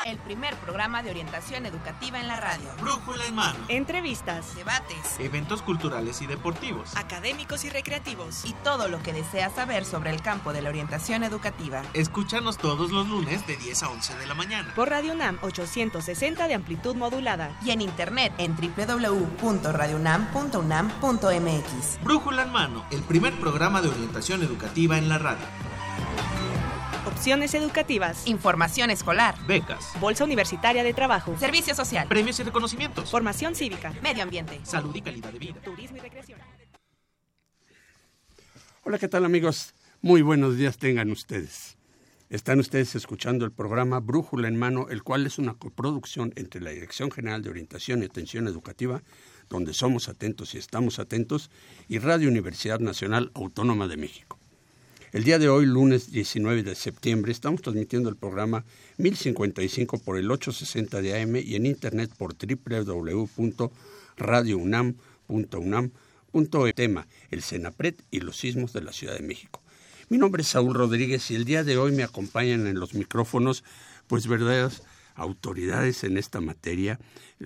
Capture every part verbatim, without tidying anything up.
el primer programa de orientación educativa en la radio. Brújula en mano. Entrevistas, debates, eventos culturales y deportivos, académicos y recreativos, y todo lo que deseas saber sobre el campo de la orientación educativa. Escúchanos todos los lunes de diez a once de la mañana. Por Radio UNAM ochocientos sesenta de amplitud modulada. Y en internet en doble u doble u doble u punto radio unam punto unam punto m x. Brújula en mano, el primer programa de orientación educativa en la radio. Opciones educativas, información escolar, becas, bolsa universitaria de trabajo, servicio social, premios y reconocimientos, formación cívica, medio ambiente, salud y calidad de vida, turismo y recreación. Hola, ¿qué tal, amigos? Muy buenos días tengan ustedes. Están ustedes escuchando el programa Brújula en Mano, el cual es una coproducción entre la Dirección General de Orientación y Atención Educativa, donde somos atentos y estamos atentos, y Radio Universidad Nacional Autónoma de México. El día de hoy, lunes diecinueve de septiembre, estamos transmitiendo el programa mil cincuenta y cinco por el ochocientos sesenta de A M y en internet por doble u doble u doble u punto radio unam punto unam punto m x. Tema, el CENAPRED y los sismos de la Ciudad de México. Mi nombre es Saúl Rodríguez y el día de hoy me acompañan en los micrófonos, pues, verdaderas autoridades en esta materia,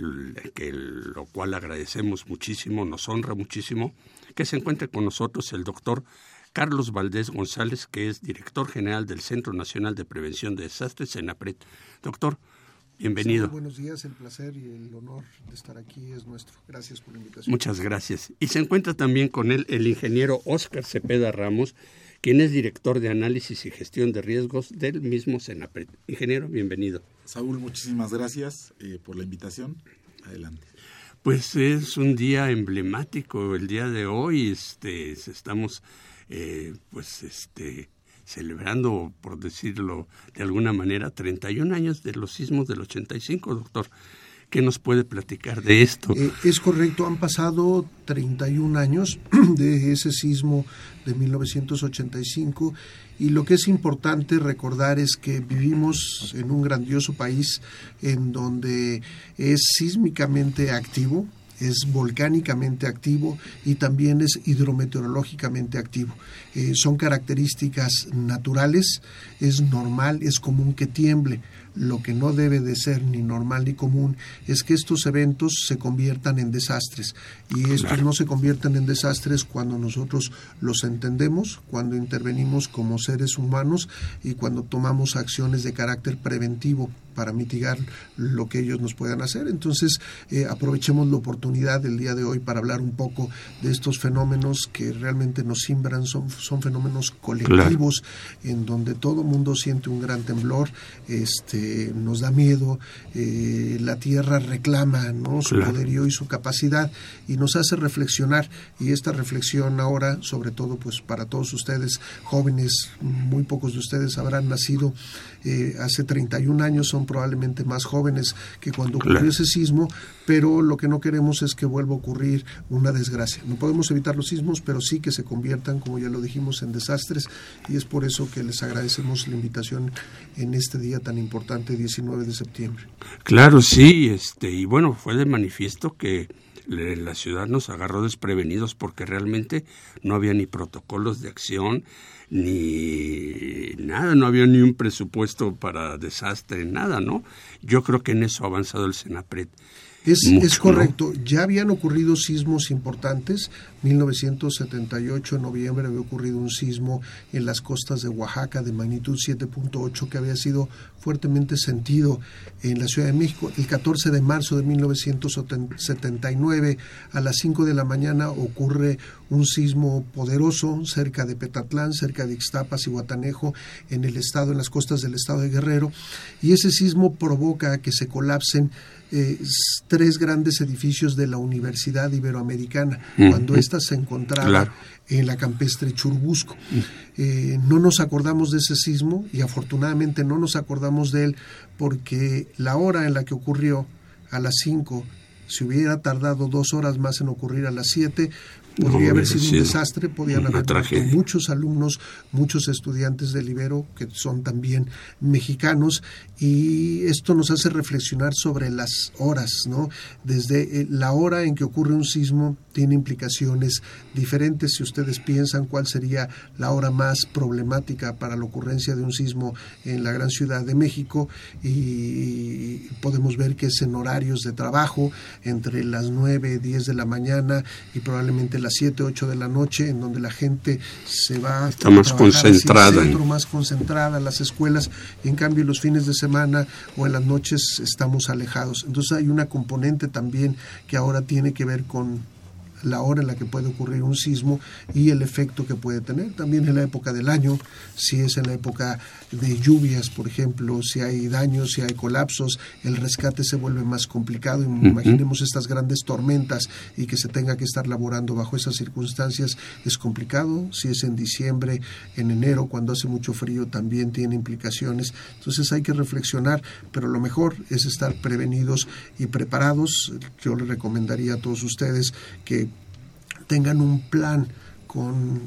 que lo cual agradecemos muchísimo, nos honra muchísimo, que se encuentre con nosotros el doctor Carlos Valdés González, que es director general del Centro Nacional de Prevención de Desastres, CENAPRED. Doctor, bienvenido. Sí, buenos días, el placer y el honor de estar aquí es nuestro. Gracias por la invitación. Muchas gracias. Y se encuentra también con él el ingeniero Óscar Cepeda Ramos, quien es director de análisis y gestión de riesgos del mismo CENAPRED. Ingeniero, bienvenido. Saúl, muchísimas gracias eh, por la invitación. Adelante. Pues es un día emblemático el día de hoy. Este, estamos eh, pues este celebrando, por decirlo de alguna manera, treinta y un años de los sismos del ochenta y cinco, doctor. ¿Qué nos puede platicar de esto? Eh, es correcto, han pasado treinta y un años de ese sismo de mil novecientos ochenta y cinco y lo que es importante recordar es que vivimos en un grandioso país en donde es sísmicamente activo, es volcánicamente activo y también es hidrometeorológicamente activo. Eh, son características naturales, es normal, es común que tiemble. Lo que no debe de ser ni normal ni común es que estos eventos se conviertan en desastres. Y estos claro. no se convierten en desastres cuando nosotros los entendemos, cuando intervenimos como seres humanos y cuando tomamos acciones de carácter preventivo para mitigar lo que ellos nos puedan hacer. Entonces, eh, aprovechemos la oportunidad del día de hoy para hablar un poco de estos fenómenos que realmente nos simbran, son, son fenómenos colectivos, claro. en donde todo mundo siente un gran temblor, este, nos da miedo, eh, la Tierra reclama, ¿no?, su claro. poderío y su capacidad, y nos hace reflexionar, y esta reflexión ahora, sobre todo pues para todos ustedes, jóvenes, muy pocos de ustedes habrán nacido eh, hace treinta y un años, son probablemente más jóvenes que cuando ocurrió claro. ese sismo, pero lo que no queremos es que vuelva a ocurrir una desgracia. No podemos evitar los sismos, pero sí que se conviertan, como ya lo dijimos, en desastres, y es por eso que les agradecemos la invitación en este día tan importante, diecinueve de septiembre. Claro, sí, este y bueno, fue de manifiesto que la ciudad nos agarró desprevenidos porque realmente no había ni protocolos de acción, ni nada, no había ni un presupuesto para desastre, nada, ¿no? Yo creo que en eso ha avanzado el CENAPRED. Es, mucho, es correcto, ¿no? Ya habían ocurrido sismos importantes. mil novecientos setenta y ocho, en noviembre, había ocurrido un sismo en las costas de Oaxaca de magnitud siete punto ocho que había sido fuertemente sentido en la Ciudad de México. El catorce de marzo de mil novecientos setenta y nueve, a las cinco de la mañana, ocurre un sismo poderoso cerca de Petatlán, cerca de Ixtapas y Guatanejo, en el estado, en las costas del estado de Guerrero, y ese sismo provoca que se colapsen Eh, tres grandes edificios de la Universidad Iberoamericana, mm-hmm. cuando ésta se encontraba claro. en la campestre Churubusco. Mm. Eh, no nos acordamos de ese sismo y afortunadamente no nos acordamos de él porque la hora en la que ocurrió, a las cinco, si hubiera tardado dos horas más en ocurrir a las siete, podría no, haber sido sí, un desastre, podían haber muerto muchos alumnos, muchos estudiantes del Ibero, que son también mexicanos, y esto nos hace reflexionar sobre las horas, ¿no? Desde la hora en que ocurre un sismo tiene implicaciones diferentes. Si ustedes piensan cuál sería la hora más problemática para la ocurrencia de un sismo en la gran Ciudad de México, y podemos ver que es en horarios de trabajo, entre las nueve, diez de la mañana y probablemente las siete, ocho de la noche, en donde la gente se va Está más concentrada, centro, más concentrada, las escuelas, y en cambio los fines de semana o en las noches estamos alejados. Entonces hay una componente también que ahora tiene que ver con la hora en la que puede ocurrir un sismo y el efecto que puede tener. También en la época del año, si es en la época de lluvias, por ejemplo, si hay daños, si hay colapsos, el rescate se vuelve más complicado. Uh-huh. Imaginemos estas grandes tormentas y que se tenga que estar laborando bajo esas circunstancias, es complicado. Si es en diciembre, en enero, cuando hace mucho frío, también tiene implicaciones. Entonces hay que reflexionar, pero lo mejor es estar prevenidos y preparados. Yo les recomendaría a todos ustedes que tengan un plan con,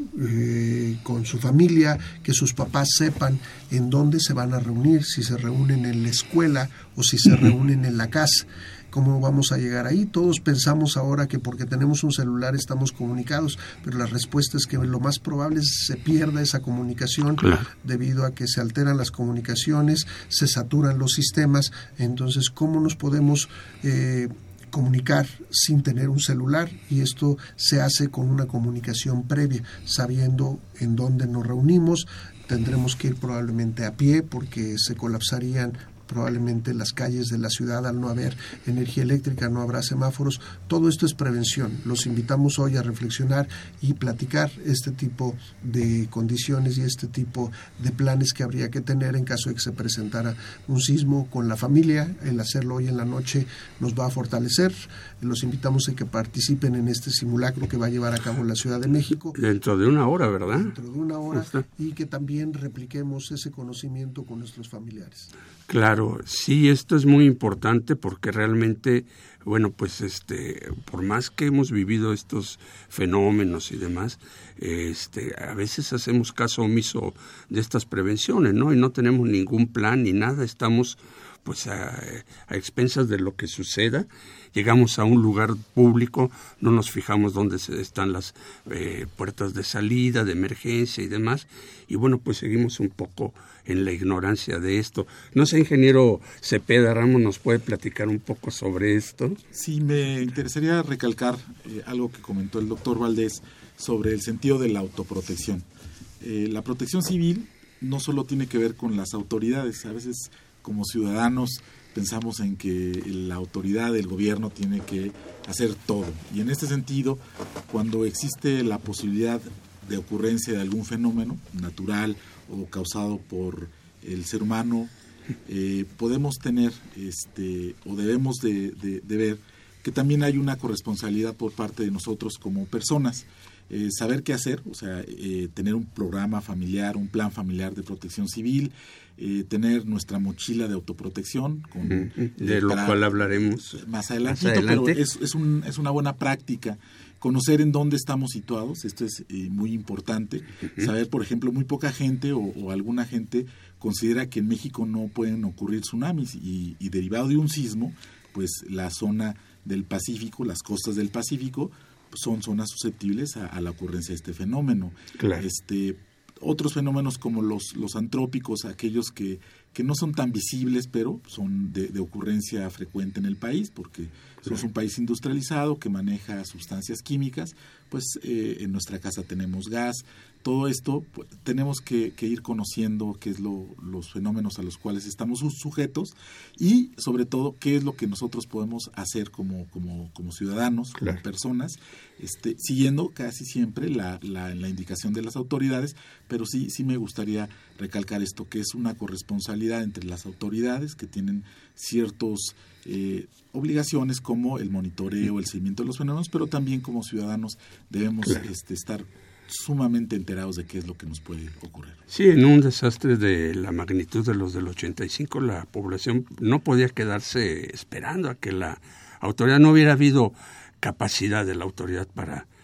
eh, con su familia, que sus papás sepan en dónde se van a reunir, si se reúnen en la escuela o si se reúnen en la casa. ¿Cómo vamos a llegar ahí? Todos pensamos ahora que porque tenemos un celular estamos comunicados, pero la respuesta es que lo más probable es que se pierda esa comunicación, claro, debido a que se alteran las comunicaciones, se saturan los sistemas. Entonces, ¿cómo nos podemos eh, comunicar sin tener un celular? Y esto se hace con una comunicación previa, sabiendo en dónde nos reunimos. Tendremos que ir probablemente a pie porque se colapsarían probablemente las calles de la ciudad al no haber energía eléctrica, no habrá semáforos. Todo esto es prevención. Los invitamos hoy a reflexionar y platicar este tipo de condiciones y este tipo de planes que habría que tener en caso de que se presentara un sismo con la familia. El hacerlo hoy en la noche nos va a fortalecer. Los invitamos a que participen en este simulacro que va a llevar a cabo la Ciudad de México. Dentro de una hora, ¿verdad? Dentro de una hora, y que también repliquemos ese conocimiento con nuestros familiares. Claro, sí, esto es muy importante porque realmente, bueno, pues este, por más que hemos vivido estos fenómenos y demás, este, a veces hacemos caso omiso de estas prevenciones, ¿no? Y no tenemos ningún plan ni nada, estamos pues a, a expensas de lo que suceda. Llegamos a un lugar público, no nos fijamos dónde están las eh, puertas de salida, de emergencia y demás, y bueno, pues seguimos un poco en la ignorancia de esto. No sé, ingeniero Cepeda Ramos, ¿nos puede platicar un poco sobre esto? Sí, me interesaría recalcar eh, algo que comentó el doctor Valdés sobre el sentido de la autoprotección. Eh, la protección civil no solo tiene que ver con las autoridades, a veces como ciudadanos pensamos en que la autoridad del gobierno tiene que hacer todo. Y en este sentido, cuando existe la posibilidad de ocurrencia de algún fenómeno natural o causado por el ser humano, eh, podemos tener este o debemos de, de, de ver que también hay una corresponsabilidad por parte de nosotros como personas. Eh, saber qué hacer, o sea, eh, tener un programa familiar, un plan familiar de protección civil, eh, tener nuestra mochila de autoprotección, con, de eh, lo cual hablaremos más adelante, pero es, es, un, es una buena práctica conocer en dónde estamos situados. Esto es eh, muy importante. Uh-huh. Saber, por ejemplo, muy poca gente o, o alguna gente considera que en México no pueden ocurrir tsunamis y, y derivado de un sismo, pues la zona del Pacífico, las costas del Pacífico, son zonas susceptibles a, a la ocurrencia de este fenómeno. Claro. Este, otros fenómenos como los, los antrópicos, aquellos que, que no son tan visibles, pero son de, de ocurrencia frecuente en el país, porque somos un país industrializado que maneja sustancias químicas, pues eh, en nuestra casa tenemos gas. Todo esto pues, tenemos que, que ir conociendo qué es lo, los fenómenos a los cuales estamos sujetos y sobre todo qué es lo que nosotros podemos hacer como, como, como ciudadanos, claro, como personas, este, siguiendo casi siempre la, la, la indicación de las autoridades, pero sí, sí me gustaría recalcar esto, que es una corresponsabilidad entre las autoridades que tienen ciertos eh, obligaciones como el monitoreo, el seguimiento de los fenómenos, pero también como ciudadanos debemos claro, este, estar sumamente enterados de qué es lo que nos puede ocurrir. Sí, en un desastre de la magnitud de los del ochenta y cinco, la población no podía quedarse esperando a que la autoridad, no hubiera habido capacidad de la autoridad para,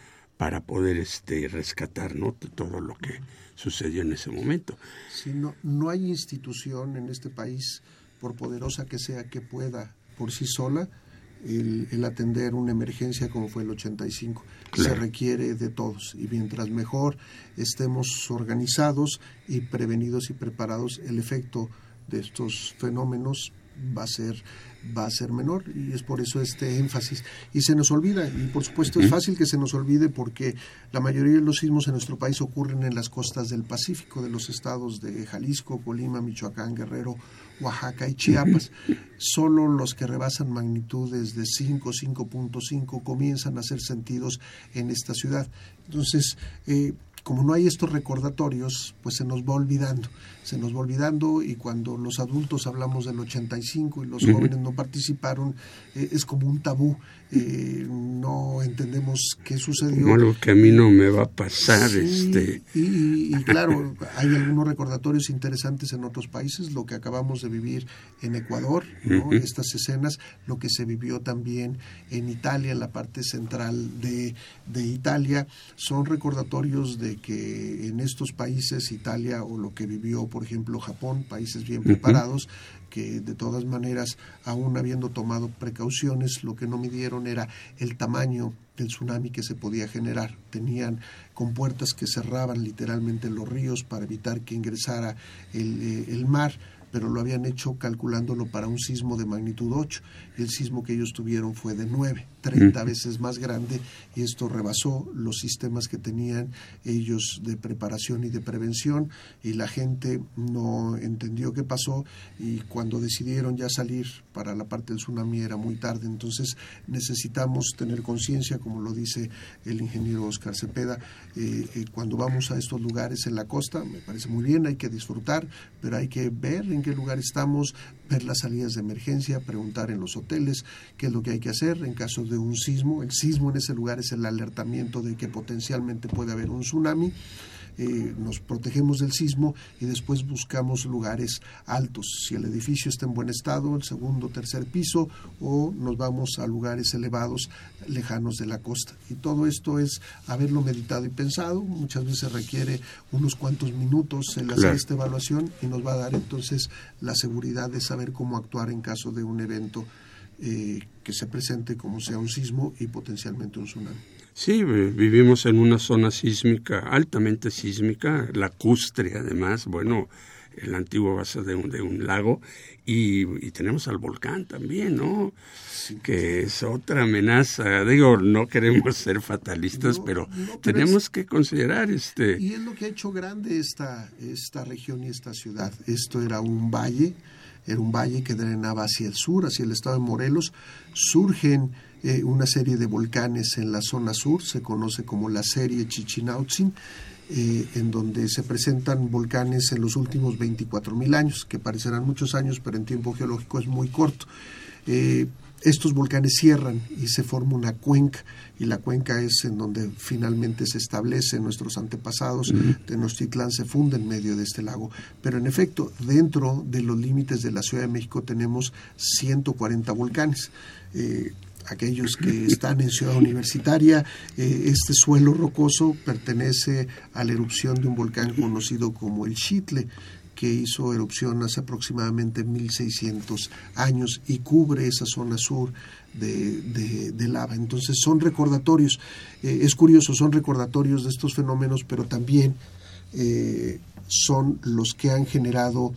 para poder este rescatar, ¿no?, todo lo que sucedió en ese momento. Sí, no, no hay institución en este país, por poderosa que sea, que pueda por sí sola el, el atender una emergencia como fue el ochenta y cinco. Claro. Se requiere de todos, y mientras mejor estemos organizados y prevenidos y preparados, el efecto de estos fenómenos va a ser va a ser menor, y es por eso este énfasis. Y se nos olvida, y por supuesto es fácil que se nos olvide, porque la mayoría de los sismos en nuestro país ocurren en las costas del Pacífico, de los estados de Jalisco, Colima, Michoacán, Guerrero, Oaxaca y Chiapas. Solo los que rebasan magnitudes de cinco, cinco punto cinco comienzan a ser sentidos en esta ciudad. Entonces, eh, como no hay estos recordatorios, pues se nos va olvidando, se nos va olvidando, y cuando los adultos hablamos del ochenta y cinco y los uh-huh. jóvenes no participaron, eh, es como un tabú, eh, no entendemos qué sucedió. Como algo que a mí no me va a pasar. Sí, este y, y claro, hay algunos recordatorios interesantes en otros países, lo que acabamos de vivir en Ecuador, ¿no? Uh-huh. Estas escenas, lo que se vivió también en Italia, en la parte central de, de Italia, son recordatorios de que en estos países, Italia, o lo que vivió, por ejemplo, Japón, países bien preparados, uh-huh. que de todas maneras, aún habiendo tomado precauciones, lo que no midieron era el tamaño del tsunami que se podía generar. Tenían compuertas que cerraban literalmente los ríos para evitar que ingresara el, eh, el mar, pero lo habían hecho calculándolo para un sismo de magnitud ocho. El sismo que ellos tuvieron fue de nueve, treinta veces más grande, y esto rebasó los sistemas que tenían ellos de preparación y de prevención, y la gente no entendió qué pasó, y cuando decidieron ya salir para la parte del tsunami era muy tarde. Entonces necesitamos tener conciencia, como lo dice el ingeniero Oscar Cepeda, eh, eh, cuando vamos a estos lugares en la costa, me parece muy bien, hay que disfrutar, pero hay que ver en qué lugar estamos, ver las salidas de emergencia, preguntar en los hoteles qué es lo que hay que hacer en caso de un sismo. El sismo en ese lugar es el alertamiento de que potencialmente puede haber un tsunami. Eh, nos protegemos del sismo y después buscamos lugares altos, si el edificio está en buen estado, el segundo o tercer piso, o nos vamos a lugares elevados lejanos de la costa. Y todo esto es haberlo meditado y pensado. Muchas veces requiere unos cuantos minutos el hacer claro. esta evaluación, y nos va a dar entonces la seguridad de saber cómo actuar en caso de un evento eh, que se presente, como sea un sismo y potencialmente un tsunami. Sí, vivimos en una zona sísmica, altamente sísmica, lacustre además, bueno, el antiguo base de un, de un lago, y, y tenemos al volcán también, ¿no? Sí. Que es otra amenaza. Digo, no queremos ser fatalistas, no, pero, no, pero tenemos es, que considerar este... Y es lo que ha hecho grande esta, esta región y esta ciudad. Esto era un valle, era un valle que drenaba hacia el sur, hacia el estado de Morelos. Surgen eh, una serie de volcanes en la zona sur, se conoce como la serie Chichinautzin, eh, en donde se presentan volcanes en los últimos veinticuatro mil años, que parecerán muchos años, pero en tiempo geológico es muy corto. Eh, estos volcanes cierran y se forma una cuenca, y la cuenca es en donde finalmente se establecen nuestros antepasados. Uh-huh. Tenochtitlán se funde en medio de este lago, pero en efecto, dentro de los límites de la Ciudad de México tenemos ciento cuarenta volcanes. Eh, aquellos que están en Ciudad Universitaria, eh, este suelo rocoso pertenece a la erupción de un volcán conocido como el Xitle, que hizo erupción hace aproximadamente mil seiscientos años y cubre esa zona sur de, de, de lava. Entonces son recordatorios, eh, es curioso, son recordatorios de estos fenómenos, pero también eh, son los que han generado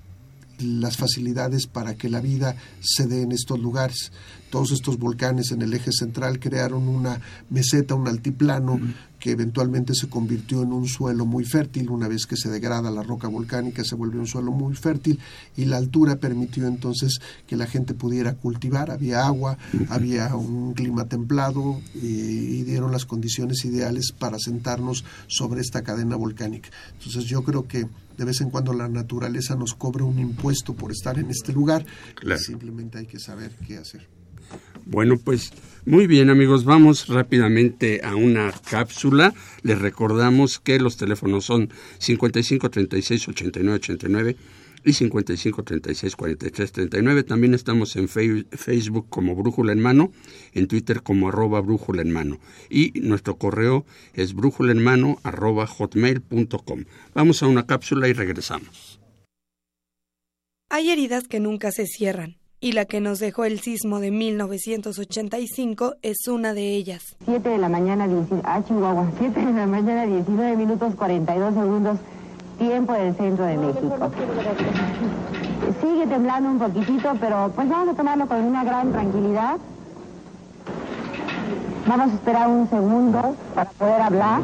las facilidades para que la vida se dé en estos lugares. Todos estos volcanes en el eje central crearon una meseta, un altiplano, uh-huh. que eventualmente se convirtió en un suelo muy fértil. Una vez que se degrada la roca volcánica, se vuelve un suelo muy fértil, y la altura permitió entonces que la gente pudiera cultivar. Había agua, uh-huh. había un clima templado, y, y dieron las condiciones ideales para sentarnos sobre esta cadena volcánica. Entonces yo creo que de vez en cuando la naturaleza nos cobra un impuesto por estar en este lugar. Claro. Simplemente hay que saber qué hacer. Bueno, pues muy bien, amigos, vamos rápidamente a una cápsula. Les recordamos que los teléfonos son cincuenta y cinco, treinta y seis, ochenta y nueve, ochenta y nueve y cincuenta y cinco, treinta y seis, cuarenta y tres, treinta y nueve. También estamos en fe- Facebook como Brújula en Mano, en Twitter como arroba Brújula en Mano, y nuestro correo es brújulaenmano arroba hotmail punto com. Vamos a una cápsula y regresamos. Hay heridas que nunca se cierran, y la que nos dejó el sismo de mil novecientos ochenta y cinco es una de ellas. siete de la mañana, ah, Chihuahua, siete de la mañana, diecinueve minutos, cuarenta y dos segundos, tiempo del centro de México. Sigue temblando un poquitito, pero pues vamos a tomarlo con una gran tranquilidad. Vamos a esperar un segundo para poder hablar.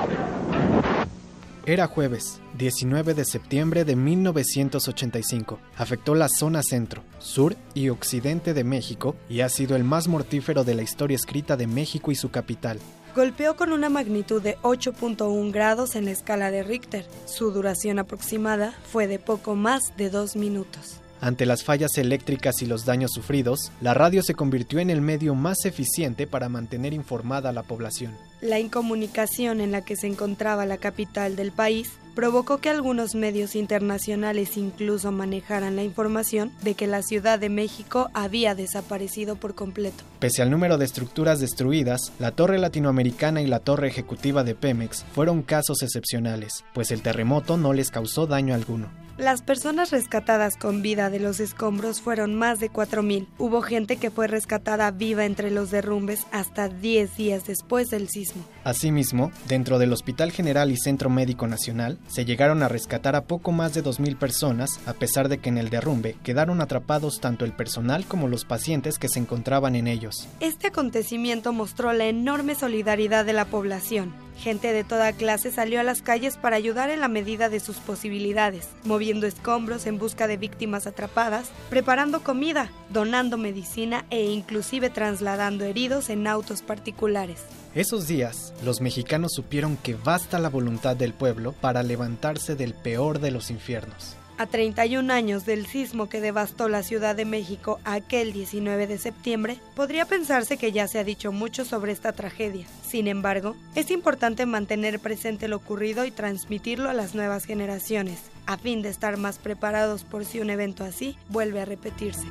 Era jueves, diecinueve de septiembre de mil novecientos ochenta y cinco. Afectó la zona centro, sur y occidente de México y ha sido el más mortífero de la historia escrita de México y su capital. Golpeó con una magnitud de ocho punto uno grados en la escala de Richter. Su duración aproximada fue de poco más de dos minutos. Ante las fallas eléctricas y los daños sufridos, la radio se convirtió en el medio más eficiente para mantener informada a la población. La incomunicación en la que se encontraba la capital del país provocó que algunos medios internacionales incluso manejaran la información de que la Ciudad de México había desaparecido por completo. Pese al número de estructuras destruidas, la Torre Latinoamericana y la Torre Ejecutiva de Pemex fueron casos excepcionales, pues el terremoto no les causó daño alguno. Las personas rescatadas con vida de los escombros fueron más de cuatro mil. Hubo gente que fue rescatada viva entre los derrumbes hasta diez días después del sismo. Asimismo, dentro del Hospital General y Centro Médico Nacional, se llegaron a rescatar a poco más de dos mil personas, a pesar de que en el derrumbe quedaron atrapados tanto el personal como los pacientes que se encontraban en ellos. Este acontecimiento mostró la enorme solidaridad de la población. Gente de toda clase salió a las calles para ayudar en la medida de sus posibilidades, moviendo escombros en busca de víctimas atrapadas, preparando comida, donando medicina e inclusive trasladando heridos en autos particulares. Esos días, los mexicanos supieron que basta la voluntad del pueblo para levantarse del peor de los infiernos. A treinta y un años del sismo que devastó la Ciudad de México aquel diecinueve de septiembre, podría pensarse que ya se ha dicho mucho sobre esta tragedia. Sin embargo, es importante mantener presente lo ocurrido y transmitirlo a las nuevas generaciones, a fin de estar más preparados por si un evento así vuelve a repetirse.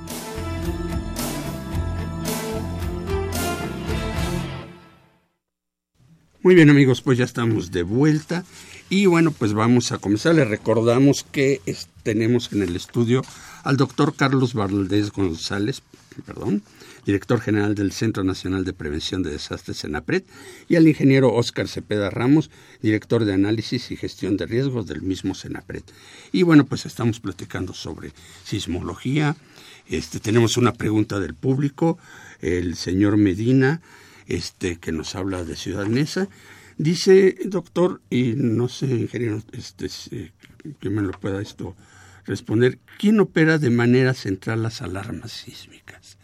Muy bien, amigos, pues ya estamos de vuelta y bueno, pues vamos a comenzar. Les recordamos que es, tenemos en el estudio al doctor Carlos Valdés González, perdón, director general del Centro Nacional de Prevención de Desastres, CENAPRED, y al ingeniero Óscar Cepeda Ramos, director de Análisis y Gestión de Riesgos del mismo CENAPRED. Y bueno, pues estamos platicando sobre sismología. Este, tenemos una pregunta del público, el señor Medina, este que nos habla de Ciudad Neza. Dice, doctor, y no sé, ingeniero, este, que me lo pueda esto responder, ¿quién opera de manera central las alarmas sísmicas?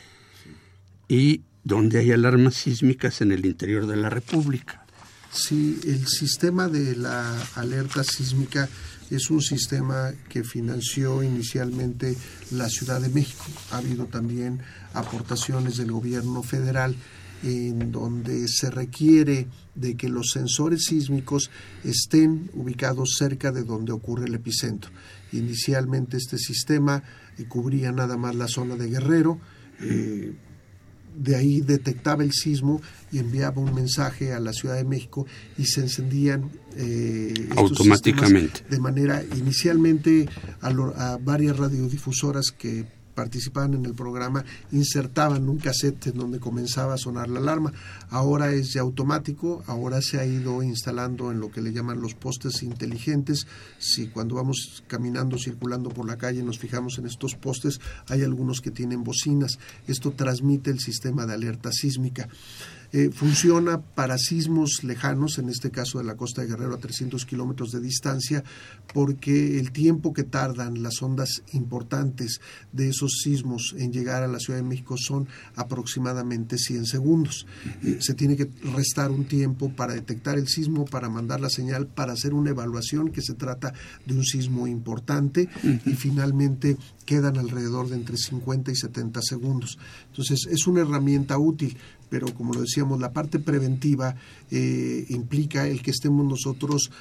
¿Y dónde hay alarmas sísmicas en el interior de la República? Sí, el sistema de la alerta sísmica es un sistema que financió inicialmente la Ciudad de México. Ha habido también aportaciones del gobierno federal en donde se requiere de que los sensores sísmicos estén ubicados cerca de donde ocurre el epicentro. Inicialmente este sistema eh, cubría nada más la zona de Guerrero, eh, de ahí detectaba el sismo y enviaba un mensaje a la Ciudad de México y se encendían eh, automáticamente de manera inicialmente a, lo, a varias radiodifusoras que participaban en el programa, insertaban un cassette en donde comenzaba a sonar la alarma. Ahora es ya automático, ahora se ha ido instalando en lo que le llaman los postes inteligentes. Si cuando vamos caminando, circulando por la calle, nos fijamos en estos postes, hay algunos que tienen bocinas. Esto transmite el sistema de alerta sísmica. Eh, funciona para sismos lejanos, en este caso de la costa de Guerrero a trescientos kilómetros de distancia, porque el tiempo que tardan las ondas importantes de esos sismos en llegar a la Ciudad de México son aproximadamente cien segundos. Eh, se tiene que restar un tiempo para detectar el sismo, para mandar la señal, para hacer una evaluación que se trata de un sismo importante y finalmente quedan alrededor de entre cincuenta y setenta segundos. Entonces es una herramienta útil, pero como lo decíamos, la parte preventiva eh, implica el que estemos nosotros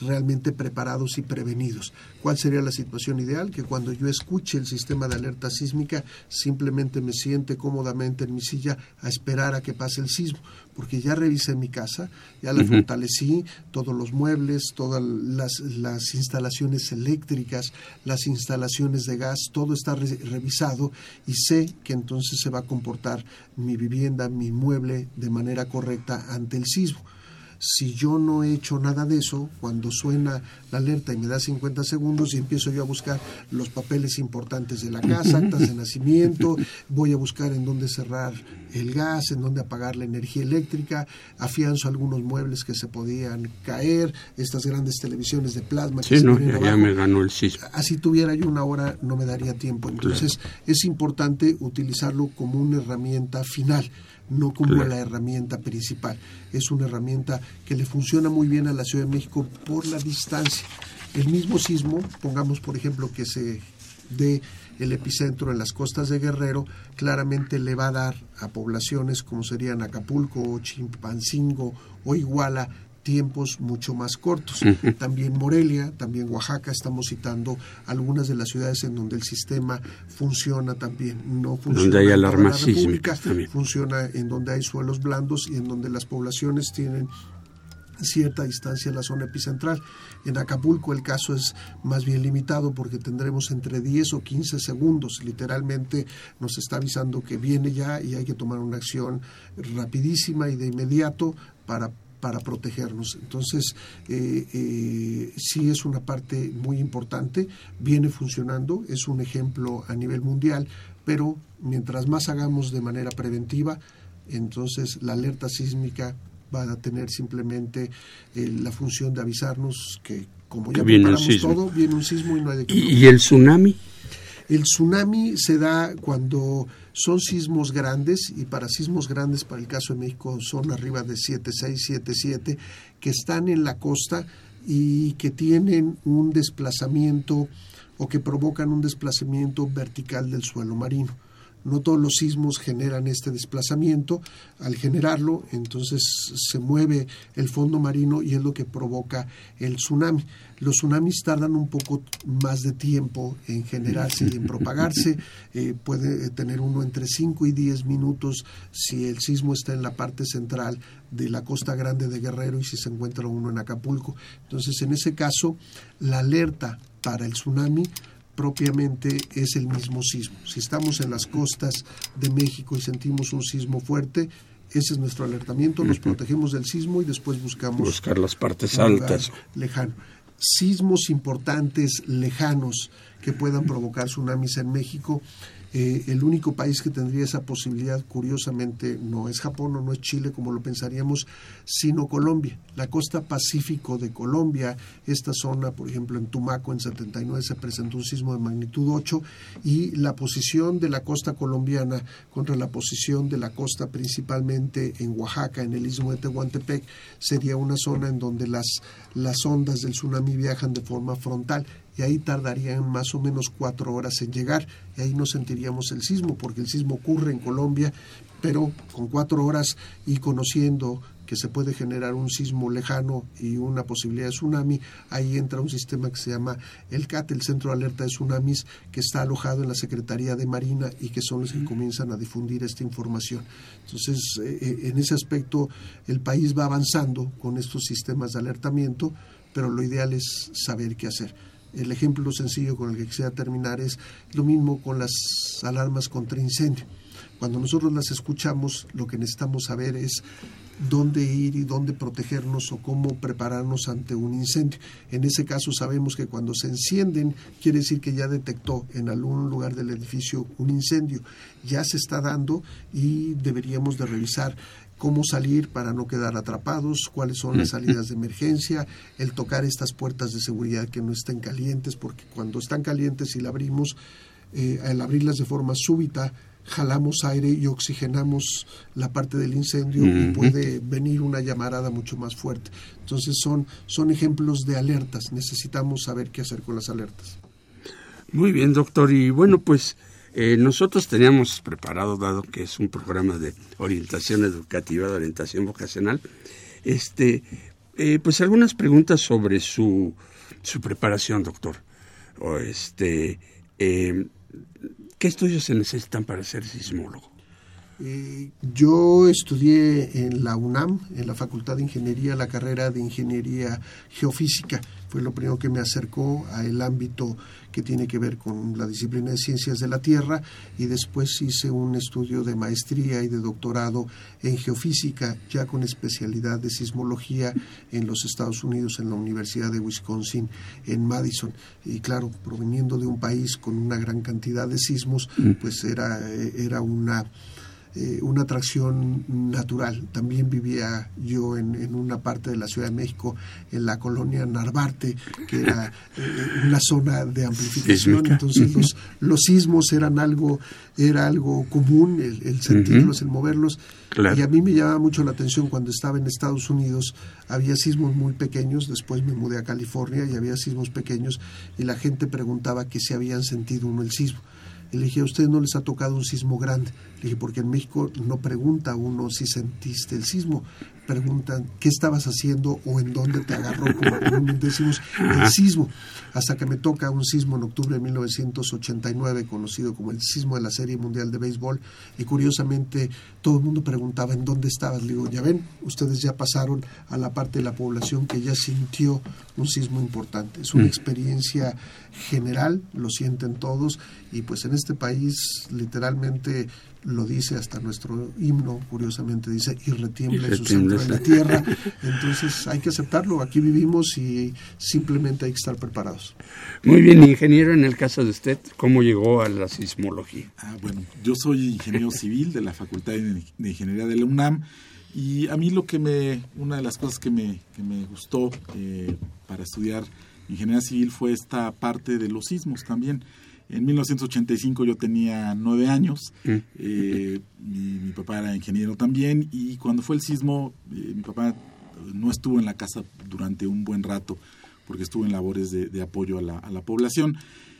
realmente preparados y prevenidos. ¿Cuál sería la situación ideal? Que cuando yo escuche el sistema de alerta sísmica, simplemente me siente cómodamente en mi silla a esperar a que pase el sismo, porque ya revisé mi casa, ya la uh-huh. fortalecí, todos los muebles, todas las, las instalaciones eléctricas, las instalaciones de gas, todo está re- revisado y sé que entonces se va a comportar mi vivienda, mi mueble de manera correcta ante el sismo. Si yo no he hecho nada de eso, cuando suena la alerta y me da cincuenta segundos y empiezo yo a buscar los papeles importantes de la casa, actas de nacimiento, voy a buscar en dónde cerrar el gas, en dónde apagar la energía eléctrica, afianzo algunos muebles que se podían caer, estas grandes televisiones de plasma que sí, se no, vienen ya, abajo. ya me ganó el sismo. Así tuviera yo una hora, no me daría tiempo. Entonces, claro, es importante utilizarlo como una herramienta final, no como claro. la herramienta principal. Es una herramienta que le funciona muy bien a la Ciudad de México por la distancia. El mismo sismo, pongamos por ejemplo que se dé el epicentro en las costas de Guerrero, claramente le va a dar a poblaciones como serían Acapulco, Chilpancingo o Iguala tiempos mucho más cortos. Uh-huh. También Morelia, también Oaxaca, estamos citando algunas de las ciudades en donde el sistema funciona también. No funciona donde hay alarmas sísmicas, funciona en donde hay suelos blandos y en donde las poblaciones tienen cierta distancia a la zona epicentral. En Acapulco el caso es más bien limitado porque tendremos entre diez o quince segundos. Literalmente nos está avisando que viene ya y hay que tomar una acción rapidísima y de inmediato para para protegernos. Entonces, eh, eh, sí es una parte muy importante, viene funcionando, es un ejemplo a nivel mundial, pero mientras más hagamos de manera preventiva, entonces la alerta sísmica va a tener simplemente eh, la función de avisarnos que como ya que preparamos todo, viene un sismo y no hay de qué. ¿Y, ¿Y el tsunami? El tsunami se da cuando son sismos grandes, y para sismos grandes, para el caso de México, son arriba de siete seis, siete siete, que están en la costa y que tienen un desplazamiento o que provocan un desplazamiento vertical del suelo marino. No todos los sismos generan este desplazamiento. Al generarlo, entonces se mueve el fondo marino y es lo que provoca el tsunami. Los tsunamis tardan un poco más de tiempo en generarse y en propagarse. Eh, puede tener uno entre cinco y diez minutos si el sismo está en la parte central de la Costa Grande de Guerrero y si se encuentra uno en Acapulco. Entonces, en ese caso, la alerta para el tsunami propiamente es el mismo sismo. Si estamos en las costas de México y sentimos un sismo fuerte, ese es nuestro alertamiento, nos uh-huh. protegemos del sismo y después buscamos buscar las partes altas lejano. Sismos importantes lejanos que puedan provocar tsunamis en México. Eh, el único país que tendría esa posibilidad, curiosamente, no es Japón o no es Chile, como lo pensaríamos, sino Colombia. La costa pacífico de Colombia, esta zona, por ejemplo, en Tumaco, en setenta y nueve, se presentó un sismo de magnitud ocho, y la posición de la costa colombiana contra la posición de la costa, principalmente en Oaxaca, en el istmo de Tehuantepec, sería una zona en donde las, las ondas del tsunami viajan de forma frontal, y ahí tardarían más o menos cuatro horas en llegar, y ahí no sentiríamos el sismo, porque el sismo ocurre en Colombia, pero con cuatro horas y conociendo que se puede generar un sismo lejano y una posibilidad de tsunami, ahí entra un sistema que se llama el C A T, el Centro de Alerta de Tsunamis, que está alojado en la Secretaría de Marina y que son los que comienzan a difundir esta información. Entonces, eh, en ese aspecto, el país va avanzando con estos sistemas de alertamiento, pero lo ideal es saber qué hacer. El ejemplo sencillo con el que quisiera terminar es lo mismo con las alarmas contra incendio. Cuando nosotros las escuchamos, lo que necesitamos saber es dónde ir y dónde protegernos o cómo prepararnos ante un incendio. En ese caso sabemos que cuando se encienden, quiere decir que ya detectó en algún lugar del edificio un incendio. Ya se está dando y deberíamos de revisar cómo salir para no quedar atrapados, cuáles son las salidas de emergencia, el tocar estas puertas de seguridad que no estén calientes, porque cuando están calientes y la abrimos, eh, al abrirlas de forma súbita, jalamos aire y oxigenamos la parte del incendio uh-huh. y puede venir una llamarada mucho más fuerte. Entonces son, son ejemplos de alertas, necesitamos saber qué hacer con las alertas. Muy bien, doctor, y bueno, pues Eh, nosotros teníamos preparado, dado que es un programa de orientación educativa, de orientación vocacional, este, Eh, pues algunas preguntas sobre su, su preparación, doctor. O este, eh, ¿qué estudios se necesitan para ser sismólogo? Eh, yo estudié en la UNAM, en la Facultad de Ingeniería, la carrera de Ingeniería Geofísica. Fue lo primero que me acercó al ámbito que tiene que ver con la disciplina de Ciencias de la Tierra, y después hice un estudio de maestría y de doctorado en Geofísica, ya con especialidad de sismología en los Estados Unidos, en la Universidad de Wisconsin, en Madison. Y claro, proveniendo de un país con una gran cantidad de sismos, pues era, era una... Eh, una atracción natural. También vivía yo en, en una parte de la Ciudad de México, en la colonia Narvarte, que era eh, una zona de amplificación. Sísmica. Entonces los, los sismos eran algo, era algo común, el, el sentirlos, uh-huh. el moverlos. Claro. Y a mí me llamaba mucho la atención cuando estaba en Estados Unidos. Había sismos muy pequeños, después me mudé a California y había sismos pequeños, y la gente preguntaba que si habían sentido uno el sismo. Y le dije, a ustedes no les ha tocado un sismo grande. Le dije, porque en México no pregunta uno si sentiste el sismo, preguntan qué estabas haciendo o en dónde te agarró, como comúnmente decimos, el sismo. Hasta que me toca un sismo en octubre de mil novecientos ochenta y nueve, conocido como el sismo de la Serie Mundial de Béisbol, y curiosamente todo el mundo preguntaba en dónde estabas. Le digo, ya ven, ustedes ya pasaron a la parte de la población que ya sintió un sismo importante. Es una experiencia general, lo sienten todos, y pues en este país literalmente lo dice hasta nuestro himno, curiosamente dice, y retiembla en su centro de la tierra. Entonces hay que aceptarlo, aquí vivimos y simplemente hay que estar preparados. Muy bien, ingeniero, en el caso de usted, ¿cómo llegó a la sismología? Ah, bueno, yo soy ingeniero civil de la Facultad de Ingeniería de la UNAM, y a mí lo que me, una de las cosas que me, que me gustó eh, para estudiar ingeniería civil fue esta parte de los sismos también. En mil novecientos ochenta y cinco yo tenía nueve años, eh, mi, mi papá era ingeniero también, y cuando fue el sismo, eh, mi papá no estuvo en la casa durante un buen rato, porque estuvo en labores de, de apoyo a la, a la población.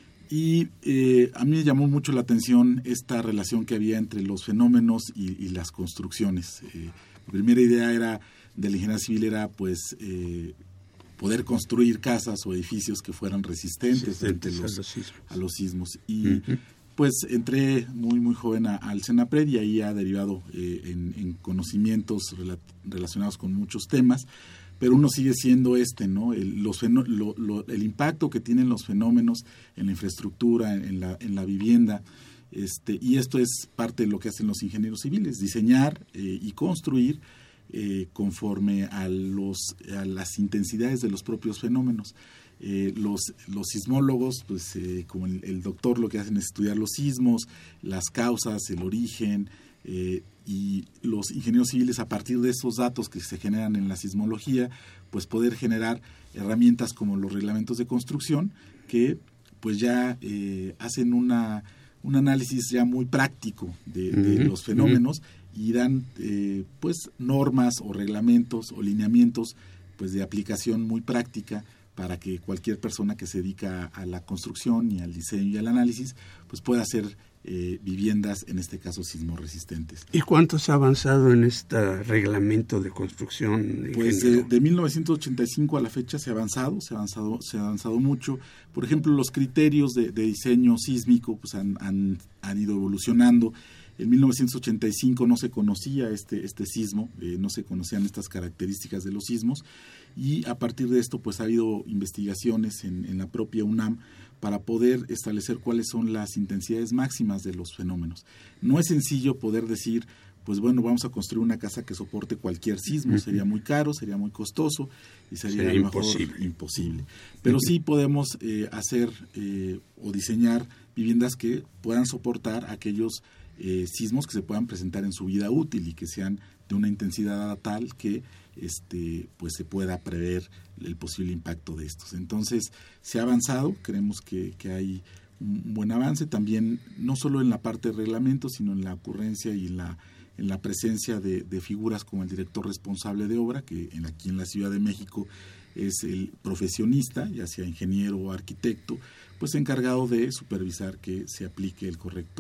Y eh, a mí me llamó mucho la atención esta relación que había entre los fenómenos y, y las construcciones. Eh, la primera idea era de la ingeniería civil era pues eh, poder construir casas o edificios que fueran resistentes frente los, a, los sismos. a los sismos. Y uh-huh. pues entré muy muy joven a, al CENAPRED, y ahí ha derivado eh, en, en conocimientos rela- relacionados con muchos temas, pero uno sigue siendo este, ¿no? El, los fenó- lo, lo, el impacto que tienen los fenómenos en la infraestructura, en la, en la vivienda, este, y esto es parte de lo que hacen los ingenieros civiles, diseñar eh, y construir Eh, conforme a los a las intensidades de los propios fenómenos. Eh, los, los sismólogos, pues eh, como el, el doctor, lo que hacen es estudiar los sismos, las causas, el origen, eh, y los ingenieros civiles, a partir de esos datos que se generan en la sismología, pues poder generar herramientas como los reglamentos de construcción, que pues ya eh, hacen una un análisis ya muy práctico de, de uh-huh, los fenómenos, uh-huh. y dan eh, pues normas o reglamentos o lineamientos pues de aplicación muy práctica para que cualquier persona que se dedica a la construcción y al diseño y al análisis pues pueda hacer eh, viviendas, en este caso sismorresistentes. ¿Y cuánto se ha avanzado en este reglamento de construcción? Pues de, de mil novecientos ochenta y cinco a la fecha se ha avanzado, se ha avanzado, se ha avanzado mucho. Por ejemplo, los criterios de, de diseño sísmico pues han, han, han ido evolucionando. En mil novecientos ochenta y cinco no se conocía este, este sismo, eh, no se conocían estas características de los sismos, y a partir de esto pues ha habido investigaciones en, en la propia UNAM para poder establecer cuáles son las intensidades máximas de los fenómenos. No es sencillo poder decir, pues bueno, vamos a construir una casa que soporte cualquier sismo, sería muy caro, sería muy costoso y sería, sería a lo mejor imposible. imposible. Pero sí podemos eh, hacer eh, o diseñar viviendas que puedan soportar aquellos eh, sismos que se puedan presentar en su vida útil y que sean de una intensidad tal que este pues se pueda prever el posible impacto de estos. Entonces se ha avanzado, creemos que, que hay un buen avance también, no solo en la parte de reglamento, sino en la ocurrencia y en la en la presencia de, de figuras como el director responsable de obra, que en, aquí en la Ciudad de México es el profesionista, ya sea ingeniero o arquitecto, pues encargado de supervisar que se aplique el correcto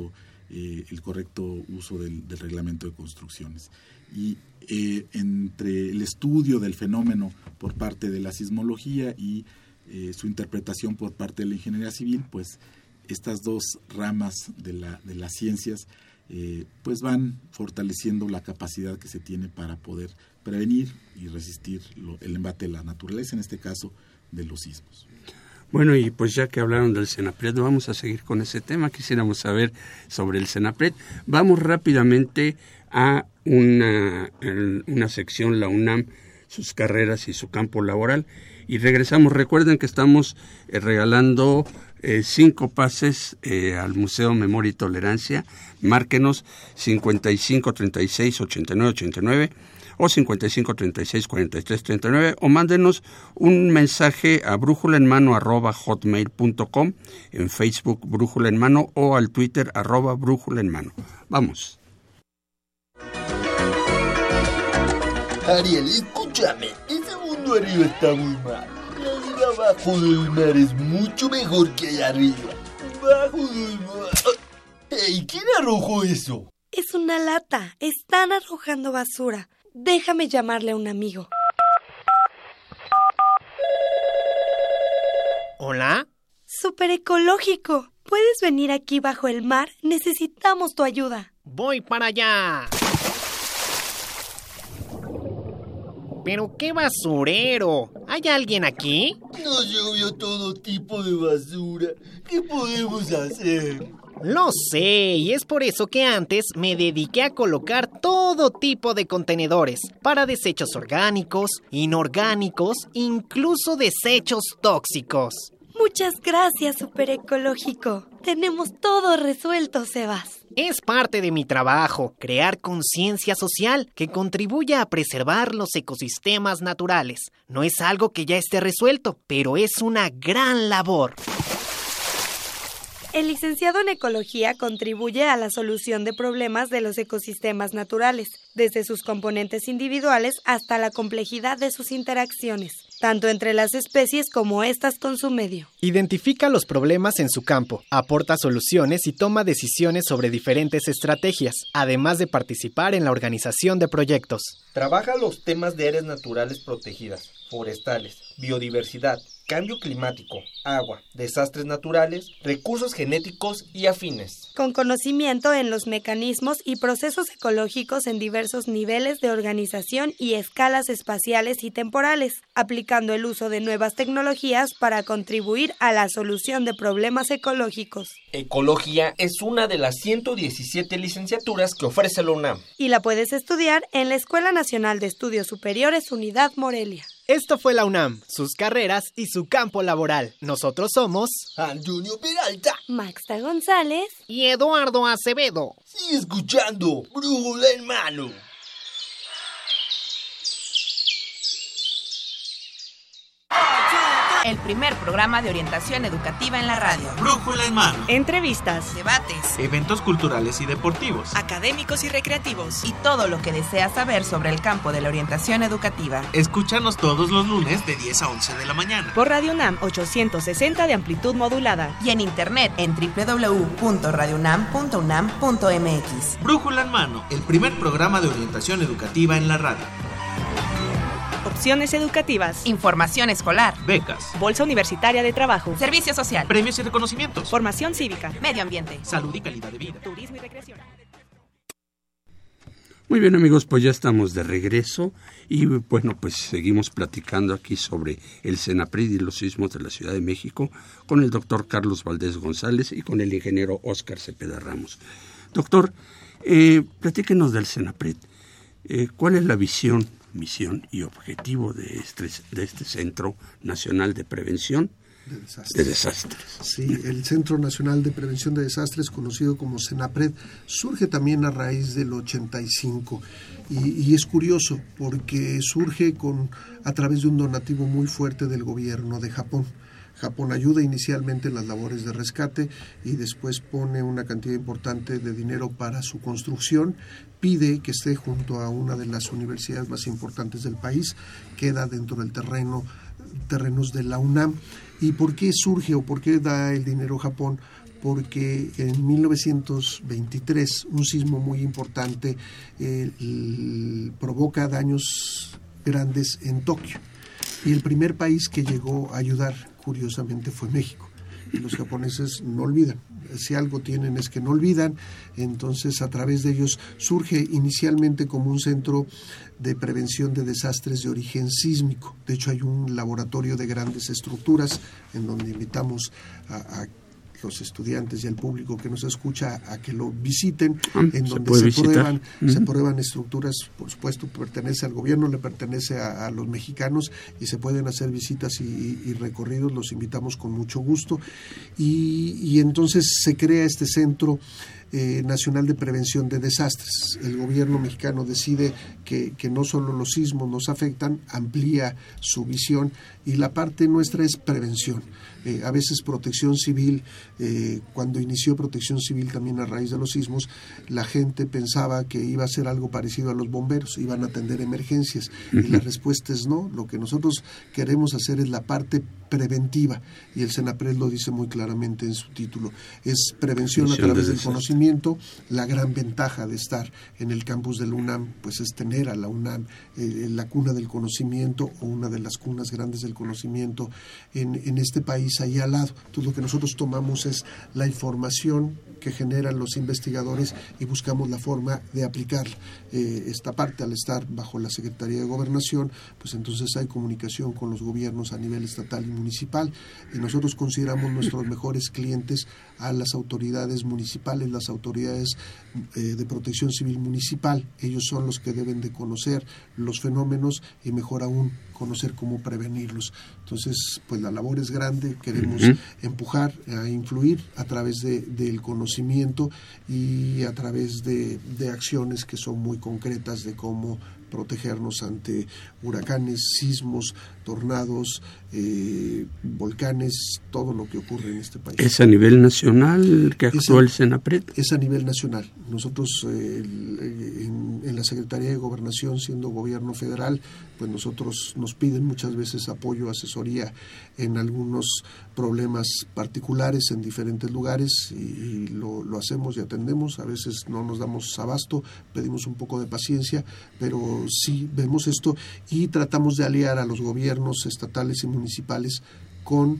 eh, el correcto uso del, del reglamento de construcciones. Y eh, entre el estudio del fenómeno por parte de la sismología y eh, su interpretación por parte de la ingeniería civil, pues estas dos ramas de, la, de las ciencias eh, pues van fortaleciendo la capacidad que se tiene para poder prevenir y resistir lo, el embate de la naturaleza, en este caso de los sismos. Bueno, y pues ya que hablaron del CENAPRED, vamos a seguir con ese tema. Quisiéramos saber sobre el CENAPRED. Vamos rápidamente a una, una sección, la UNAM, sus carreras y su campo laboral. Y regresamos. Recuerden que estamos eh, regalando eh, cinco pases eh, al Museo Memoria y Tolerancia. Márquenos cincuenta y cinco treinta y seis ochenta y nueve ochenta y nueve o cincuenta y cinco treinta y seis cuarenta y tres treinta y nueve, o mándenos un mensaje a brújula en mano arroba hotmail punto com, en Facebook Brújula en Mano, o al Twitter arroba Brújula en Mano. Vamos. Ariel, escúchame, ese mundo arriba está muy mal. La vida abajo del mar es mucho mejor que allá arriba. Bajo del mar. ¡Ey! ¿Quién arrojó eso? Es una lata. Están arrojando basura. Déjame llamarle a un amigo. ¿Hola? Súper ecológico. ¿Puedes venir aquí bajo el mar? Necesitamos tu ayuda. Voy para allá. ¿Pero qué basurero? ¿Hay alguien aquí? Nos llovió todo tipo de basura. ¿Qué podemos hacer? Lo sé, y es por eso que antes me dediqué a colocar todo tipo de contenedores para desechos orgánicos, inorgánicos, incluso desechos tóxicos. Muchas gracias, Super Ecológico. Tenemos todo resuelto, Sebas. Es parte de mi trabajo, crear conciencia social que contribuya a preservar los ecosistemas naturales. No es algo que ya esté resuelto, pero es una gran labor. El licenciado en Ecología contribuye a la solución de problemas de los ecosistemas naturales, desde sus componentes individuales hasta la complejidad de sus interacciones, tanto entre las especies como éstas con su medio. Identifica los problemas en su campo, aporta soluciones y toma decisiones sobre diferentes estrategias, además de participar en la organización de proyectos. Trabaja los temas de áreas naturales protegidas, forestales, biodiversidad, cambio climático, agua, desastres naturales, recursos genéticos y afines. Con conocimiento en los mecanismos y procesos ecológicos en diversos niveles de organización y escalas espaciales y temporales, aplicando el uso de nuevas tecnologías para contribuir a la solución de problemas ecológicos. Ecología es una de las ciento diecisiete licenciaturas que ofrece la UNAM. Y la puedes estudiar en la Escuela Nacional de Estudios Superiores Unidad Morelia. Esto fue la UNAM, sus carreras y su campo laboral. Nosotros somos Antonio Peralta, Maxta González y Eduardo Acevedo. Sigue escuchando Brújula en Mano. El primer programa de orientación educativa en la radio. Brújula en Mano. Entrevistas, debates, eventos culturales y deportivos, académicos y recreativos, y todo lo que deseas saber sobre el campo de la orientación educativa. Escúchanos todos los lunes de diez a once de la mañana. Por Radio UNAM ochocientos sesenta de amplitud modulada. Y en internet en doble u doble u doble u punto radio unam punto unam punto m x. Brújula en Mano, el primer programa de orientación educativa en la radio. Opciones educativas, información escolar, becas, bolsa universitaria de trabajo, servicio social, premios y reconocimientos, formación cívica, medio ambiente, salud y calidad de vida, turismo y recreación. Muy bien, amigos, pues ya estamos de regreso y bueno, pues seguimos platicando aquí sobre el CENAPRED y los sismos de la Ciudad de México con el doctor Carlos Valdés González y con el ingeniero Óscar Cepeda Ramos. Doctor, eh, platíquenos del CENAPRED. Eh, ¿Cuál es la visión, misión y objetivo de este, de este Centro Nacional de Prevención de Desastres? de Desastres? Sí, el Centro Nacional de Prevención de Desastres, conocido como CENAPRED, surge también a raíz del ochenta y cinco y, y es curioso porque surge con a través de un donativo muy fuerte del gobierno de Japón. Japón ayuda inicialmente en las labores de rescate y después pone una cantidad importante de dinero para su construcción, pide que esté junto a una de las universidades más importantes del país, queda dentro del terreno terrenos de la UNAM. ¿Y por qué surge o por qué da el dinero Japón? Porque en mil novecientos veintitrés un sismo muy importante eh, el, provoca daños grandes en Tokio. Y el primer país que llegó a ayudar, curiosamente, fue México. Y los japoneses no olvidan. Si algo tienen es que no olvidan. Entonces, a través de ellos surge inicialmente como un centro de prevención de desastres de origen sísmico. De hecho, hay un laboratorio de grandes estructuras en donde invitamos a, a los estudiantes y al público que nos escucha a que lo visiten, en donde se, se prueban, uh-huh. se prueban estructuras, por supuesto, pertenece al gobierno, le pertenece a, a los mexicanos, y se pueden hacer visitas y, y recorridos, los invitamos con mucho gusto, y, y entonces se crea este centro Eh, Nacional de Prevención de Desastres. El gobierno mexicano decide que, que no solo los sismos nos afectan, amplía su visión, y la parte nuestra es prevención. Eh, a veces Protección Civil, eh, cuando inició Protección Civil también a raíz de los sismos, la gente pensaba que iba a ser algo parecido a los bomberos, iban a atender emergencias, uh-huh. y la respuesta es no. Lo que nosotros queremos hacer es la parte preventiva, y el Senapred lo dice muy claramente en su título, es prevención a través del conocimiento. La gran ventaja de estar en el campus de la UNAM, pues es tener a la UNAM, eh, la cuna del conocimiento, o una de las cunas grandes del conocimiento en, en este país, ahí al lado. Entonces, lo que nosotros tomamos es la información que generan los investigadores y buscamos la forma de aplicarla. Eh, esta parte, al estar bajo la Secretaría de Gobernación, pues entonces hay comunicación con los gobiernos a nivel estatal y municipal, y nosotros consideramos nuestros mejores clientes a las autoridades municipales, las autoridades eh, de protección civil municipal. Ellos son los que deben de conocer los fenómenos y, mejor aún, conocer cómo prevenirlos. Entonces, pues la labor es grande, queremos uh-huh. empujar, a influir a través de, del conocimiento y a través de, de acciones que son muy concretas de cómo protegernos ante huracanes, sismos, tornados, eh, volcanes, todo lo que ocurre en este país. ¿Es a nivel nacional que actúa el Senapred? Es a nivel nacional. Nosotros eh, en, en la Secretaría de Gobernación, siendo gobierno federal, pues nosotros nos piden muchas veces apoyo, asesoría en algunos problemas particulares en diferentes lugares, y, y lo, lo hacemos y atendemos. A veces no nos damos abasto, pedimos un poco de paciencia, pero sí vemos esto y tratamos de aliar a los gobiernos estatales y municipales con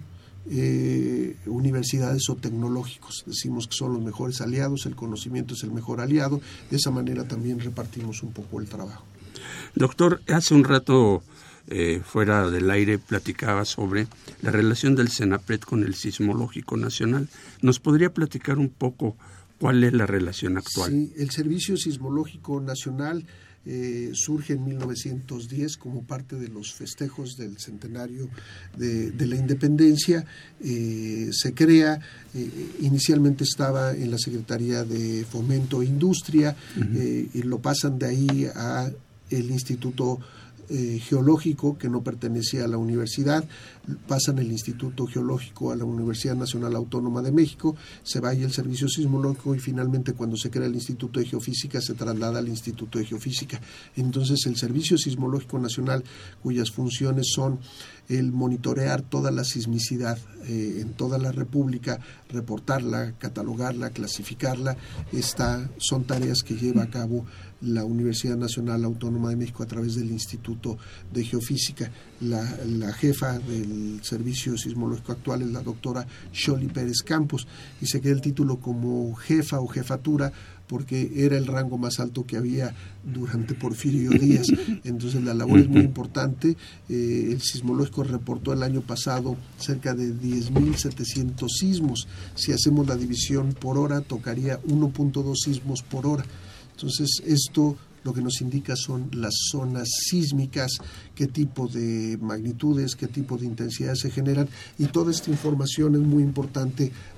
eh, universidades o tecnológicos. Decimos que son los mejores aliados, el conocimiento es el mejor aliado. De esa manera también repartimos un poco el trabajo. Doctor, hace un rato eh, fuera del aire platicaba sobre la relación del Senapred con el Sismológico Nacional. ¿Nos podría platicar un poco cuál es la relación actual? Sí, el Servicio Sismológico Nacional Eh, surge en mil novecientos diez como parte de los festejos del centenario de, de la independencia. Eh, se crea, eh, inicialmente estaba en la Secretaría de Fomento e Industria, uh-huh. eh, y lo pasan de ahí a el Instituto Eh, geológico, que no pertenecía a la universidad, pasan el Instituto Geológico a la Universidad Nacional Autónoma de México, se va ahí el Servicio Sismológico, y finalmente, cuando se crea el Instituto de Geofísica, se traslada al Instituto de Geofísica. Entonces, el Servicio Sismológico Nacional, cuyas funciones son el monitorear toda la sismicidad eh, en toda la República, reportarla, catalogarla, clasificarla, está, son tareas que lleva a cabo la Universidad Nacional Autónoma de México a través del Instituto de Geofísica. La, la jefa del Servicio Sismológico actual es la doctora Xoli Pérez Campos, y se queda el título como jefa o jefatura porque era el rango más alto que había durante Porfirio Díaz. Entonces la labor es muy importante. Eh, el Sismológico reportó el año pasado cerca de diez mil setecientos sismos. Si hacemos la división por hora, tocaría uno punto dos sismos por hora. Entonces, esto lo que nos indica son las zonas sísmicas, qué tipo de magnitudes, qué tipo de intensidades se generan, y toda esta información es muy importante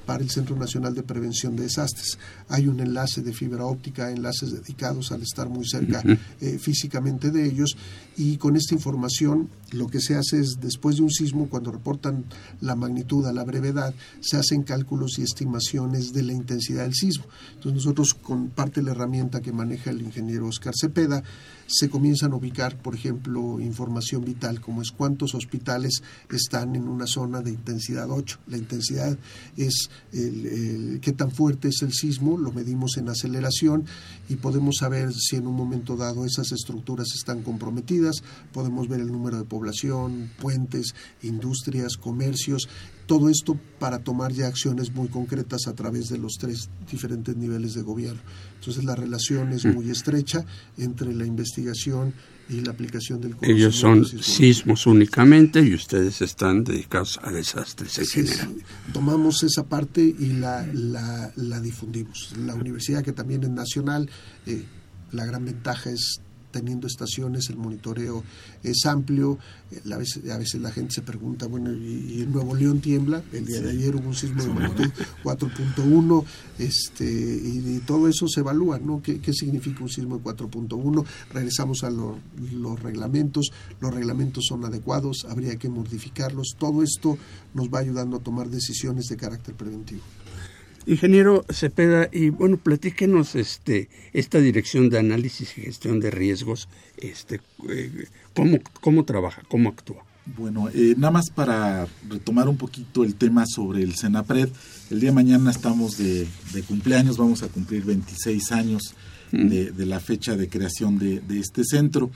para el Centro Nacional de Prevención de Desastres. Hay un enlace de fibra óptica, enlaces dedicados al estar muy cerca eh, físicamente de ellos, y con esta información lo que se hace es, después de un sismo, cuando reportan la magnitud a la brevedad, se hacen cálculos y estimaciones de la intensidad del sismo. Entonces nosotros, con parte de la herramienta que maneja el ingeniero Oscar Cepeda, se comienzan a ubicar, por ejemplo, información vital, como es cuántos hospitales están en una zona de intensidad ocho. La intensidad es el, el, qué tan fuerte es el sismo, lo medimos en aceleración y podemos saber si en un momento dado esas estructuras están comprometidas, podemos ver el número de población, puentes, industrias, comercios, todo esto para tomar ya acciones muy concretas a través de los tres diferentes niveles de gobierno. Entonces la relación es muy estrecha entre la investigación y la aplicación del conocimiento. Ellos son sismos únicamente y ustedes están dedicados a desastres en sí, general. Sí. Tomamos esa parte y la, la, la difundimos. La universidad, que también es nacional, eh, la gran ventaja es teniendo estaciones, el monitoreo es amplio. A veces, a veces la gente se pregunta, bueno, ¿y, y en Nuevo León tiembla? El día de ayer hubo un sismo de magnitud cuatro punto uno, este, y, y todo eso se evalúa, ¿no? ¿Qué, qué significa un sismo de cuatro punto uno? Regresamos a lo, los reglamentos, los reglamentos son adecuados, habría que modificarlos. Todo esto nos va ayudando a tomar decisiones de carácter preventivo. Ingeniero Cepeda, y bueno, platíquenos este, esta dirección de análisis y gestión de riesgos, este, eh, ¿cómo, cómo trabaja, cómo actúa? Bueno, eh, nada más para retomar un poquito el tema sobre el CENAPRED, el día de mañana estamos de, de cumpleaños, vamos a cumplir veintiséis años mm. de, de la fecha de creación de, de este centro,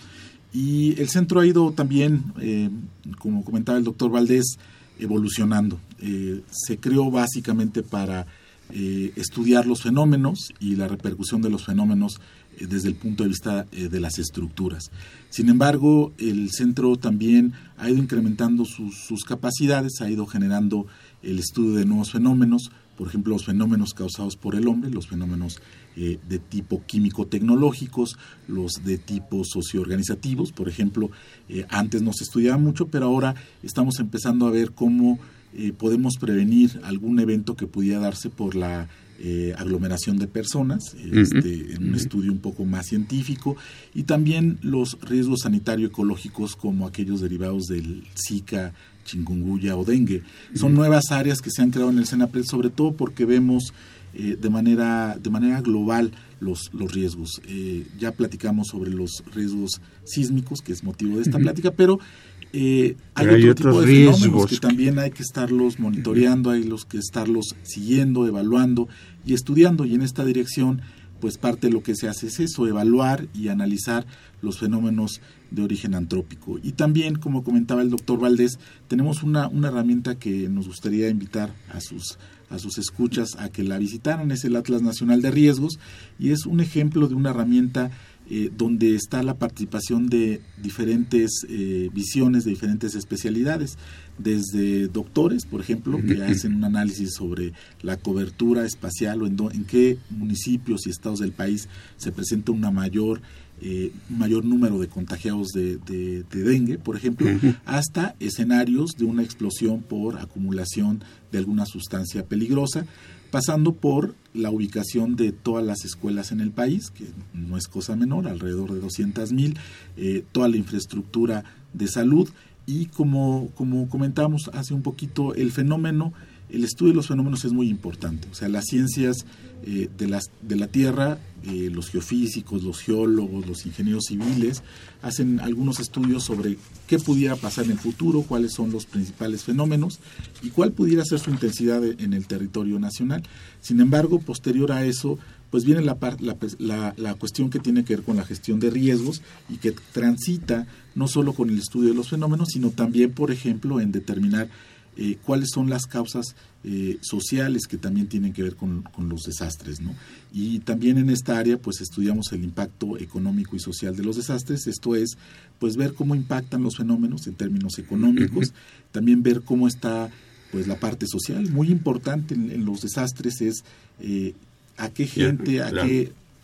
y el centro ha ido también, eh, como comentaba el doctor Valdés, evolucionando. Eh, se creó básicamente para Eh, estudiar los fenómenos y la repercusión de los fenómenos eh, desde el punto de vista eh, de las estructuras. Sin embargo, el centro también ha ido incrementando sus, sus capacidades, ha ido generando el estudio de nuevos fenómenos, por ejemplo, los fenómenos causados por el hombre, los fenómenos eh, de tipo químico-tecnológicos, los de tipo socioorganizativos. Por ejemplo, eh, antes no se estudiaba mucho, pero ahora estamos empezando a ver cómo Eh, podemos prevenir algún evento que pudiera darse por la eh, aglomeración de personas, este, en un estudio un poco más científico, y también los riesgos sanitario-ecológicos como aquellos derivados del Zika, chikungunya o dengue. Son nuevas áreas que se han creado en el CENAPRED, sobre todo porque vemos eh, de manera de manera global los, los riesgos. Eh, ya platicamos sobre los riesgos sísmicos, que es motivo de esta uh-huh. plática, pero Eh, hay, Pero hay otro otros tipo de riesgos fenómenos que, que también hay que estarlos monitoreando, hay los que estarlos siguiendo, evaluando y estudiando, y en esta dirección pues parte de lo que se hace es eso, evaluar y analizar los fenómenos de origen antrópico. Y también, como comentaba el doctor Valdés, tenemos una, una herramienta que nos gustaría invitar a sus a sus escuchas a que la visitaran, es el Atlas Nacional de Riesgos, y es un ejemplo de una herramienta eh, donde está la participación de diferentes eh, visiones, de diferentes especialidades, desde doctores, por ejemplo, que hacen un análisis sobre la cobertura espacial o en, do, en qué municipios y estados del país se presenta una mayor Eh, un mayor número de contagiados de, de, de dengue, por ejemplo, uh-huh. hasta escenarios de una explosión por acumulación de alguna sustancia peligrosa, pasando por la ubicación de todas las escuelas en el país, que no es cosa menor, alrededor de doscientas mil, eh, toda la infraestructura de salud, y como, como comentábamos hace un poquito, el fenómeno, el estudio de los fenómenos es muy importante. O sea, las ciencias eh, de, las, de la Tierra, eh, los geofísicos, los geólogos, los ingenieros civiles, hacen algunos estudios sobre qué pudiera pasar en el futuro, cuáles son los principales fenómenos y cuál pudiera ser su intensidad en el territorio nacional. Sin embargo, posterior a eso, pues viene la, la, la, la cuestión que tiene que ver con la gestión de riesgos y que transita no solo con el estudio de los fenómenos, sino también, por ejemplo, en determinar Eh, cuáles son las causas eh, sociales que también tienen que ver con, con los desastres, ¿no? Y también en esta área pues estudiamos el impacto económico y social de los desastres, esto es pues ver cómo impactan los fenómenos en términos económicos, uh-huh. también ver cómo está pues la parte social. Muy importante en, en los desastres es eh, a qué gente, yeah, a claro. qué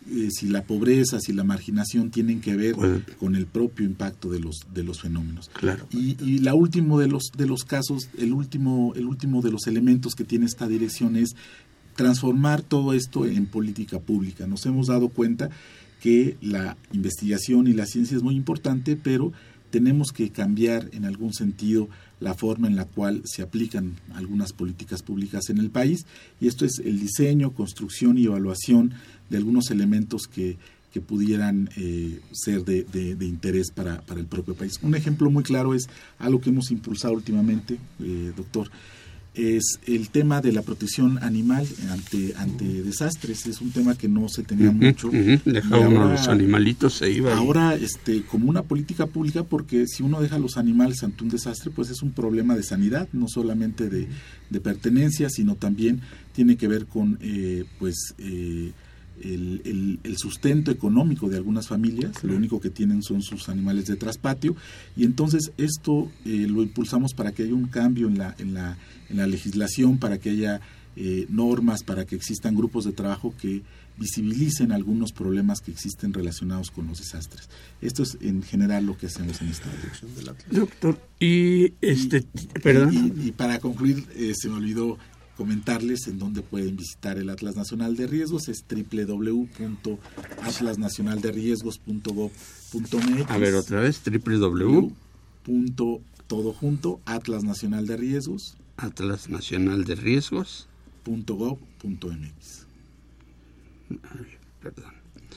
eh, si la pobreza, si la marginación tienen que ver pues, con el propio impacto de los de los fenómenos. Claro. Y, y la último de los de los casos, el último el último de los elementos que tiene esta dirección es transformar todo esto en política pública. Nos hemos dado cuenta que la investigación y la ciencia es muy importante, pero tenemos que cambiar en algún sentido la forma en la cual se aplican algunas políticas públicas en el país, y esto es el diseño, construcción y evaluación de algunos elementos que, que pudieran eh, ser de, de, de interés para, para el propio país. Un ejemplo muy claro es algo que hemos impulsado últimamente, eh, doctor, es el tema de la protección animal ante ante desastres. Es un tema que no se tenía uh-huh, mucho. Uh-huh. Dejaba uno a los animalitos, se iba. Ahora, este, como una política pública, porque si uno deja a los animales ante un desastre, pues es un problema de sanidad, no solamente de, de pertenencia, sino también tiene que ver con, eh, pues, eh, El, el, el sustento económico de algunas familias. Lo único que tienen son sus animales de traspatio, y entonces esto eh, lo impulsamos para que haya un cambio en la en la, en la legislación, para que haya eh, normas, para que existan grupos de trabajo que visibilicen algunos problemas que existen relacionados con los desastres. Esto es en general lo que hacemos en esta dirección del Atlas. Doctor, y este, y, perdón. Y, y para concluir, eh, se me olvidó comentarles en dónde pueden visitar el Atlas Nacional de Riesgos. Es doble u doble u doble u punto atlas nacional de riesgos punto gob punto m x. A ver, otra vez, doble u doble u doble u. Punto, todo junto, Atlas Nacional de Riesgos. Atlas Nacional de Riesgos. Punto gob punto m x. Perdón.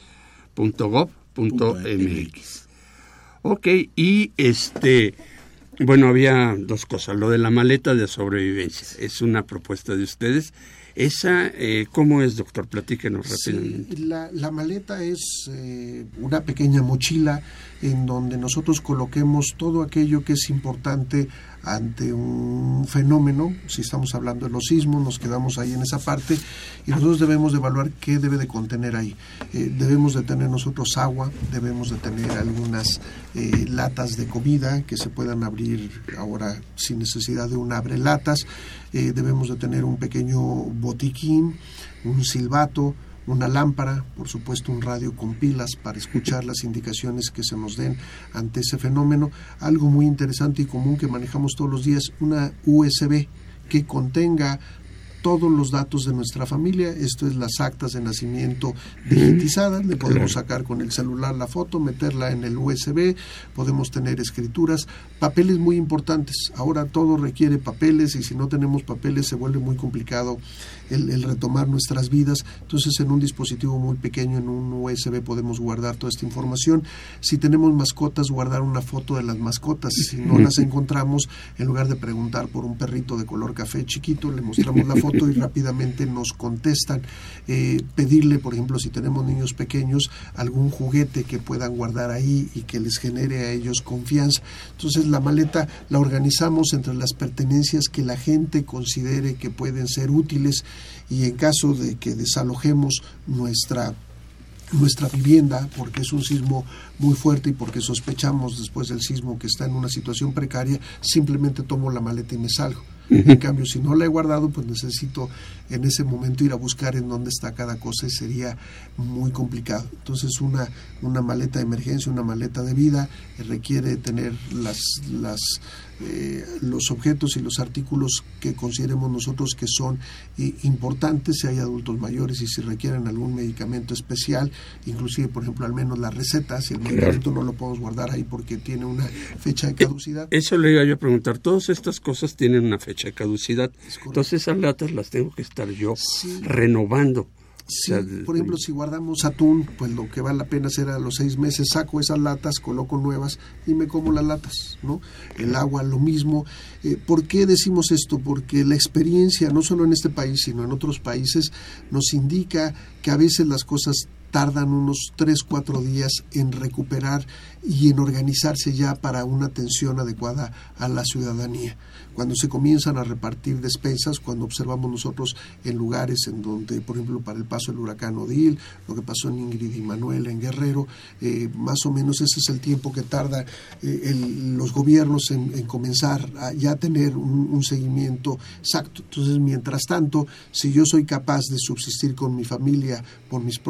Punto gob punto m x. Ok, y este... Bueno, había dos cosas. Lo de la maleta de sobrevivencia es una propuesta de ustedes. Esa, eh, ¿cómo es, doctor? Platíquenos rápidamente. Sí, la, la maleta es eh, una pequeña mochila en donde nosotros coloquemos todo aquello que es importante ante un fenómeno. Si estamos hablando de los sismos, nos quedamos ahí en esa parte y nosotros debemos de evaluar qué debe de contener ahí. Eh, debemos de tener nosotros agua, debemos de tener algunas eh, latas de comida que se puedan abrir ahora sin necesidad de un abrelatas. Eh, debemos de tener un pequeño botiquín, un silbato, una lámpara, por supuesto un radio con pilas para escuchar las indicaciones que se nos den ante ese fenómeno. Algo muy interesante y común que manejamos todos los días, una U S B que contenga todos los datos de nuestra familia. Esto es las actas de nacimiento digitizadas. Le podemos sacar con el celular la foto, meterla en el U S B, podemos tener escrituras, papeles muy importantes. Ahora todo requiere papeles y si no tenemos papeles se vuelve muy complicado el, el retomar nuestras vidas. Entonces en un dispositivo muy pequeño, en un U S B, podemos guardar toda esta información. Si tenemos mascotas, guardar una foto de las mascotas. Si no las encontramos, en lugar de preguntar por un perrito de color café chiquito, le mostramos la foto y rápidamente nos contestan. Eh, pedirle, por ejemplo, si tenemos niños pequeños, algún juguete que puedan guardar ahí y que les genere a ellos confianza. Entonces la maleta la organizamos entre las pertenencias que la gente considere que pueden ser útiles, y en caso de que desalojemos nuestra nuestra vivienda porque es un sismo muy fuerte y porque sospechamos después del sismo que está en una situación precaria, simplemente tomo la maleta y me salgo. En cambio, si no la he guardado, pues necesito en ese momento ir a buscar en dónde está cada cosa y sería muy complicado. Entonces una, una maleta de emergencia, una maleta de vida, eh, requiere tener las, las, eh, los objetos y los artículos que consideremos nosotros que son eh, importantes, si hay adultos mayores y si requieren algún medicamento especial, inclusive, por ejemplo, al menos la receta, si el medicamento no lo podemos guardar ahí porque tiene una fecha de caducidad. Eso le iba yo a preguntar, todas estas cosas tienen una fecha de caducidad, entonces esas latas las tengo que estar yo sí. renovando. Sí, o sea, por ejemplo, si guardamos atún, pues lo que vale la pena hacer a los seis meses, saco esas latas, coloco nuevas y me como las latas, ¿no? El agua, lo mismo. Eh, ¿Por qué decimos esto? Porque la experiencia, no solo en este país, sino en otros países, nos indica que a veces las cosas tardan unos tres, cuatro días en recuperar y en organizarse ya para una atención adecuada a la ciudadanía. Cuando se comienzan a repartir despensas, cuando observamos nosotros en lugares en donde, por ejemplo, para el paso del huracán Odil, lo que pasó en Ingrid y Manuel en Guerrero, eh, más o menos ese es el tiempo que tarda eh, el, los gobiernos en, en comenzar a ya tener un, un seguimiento exacto. Entonces, mientras tanto, si yo soy capaz de subsistir con mi familia por mis propios medios,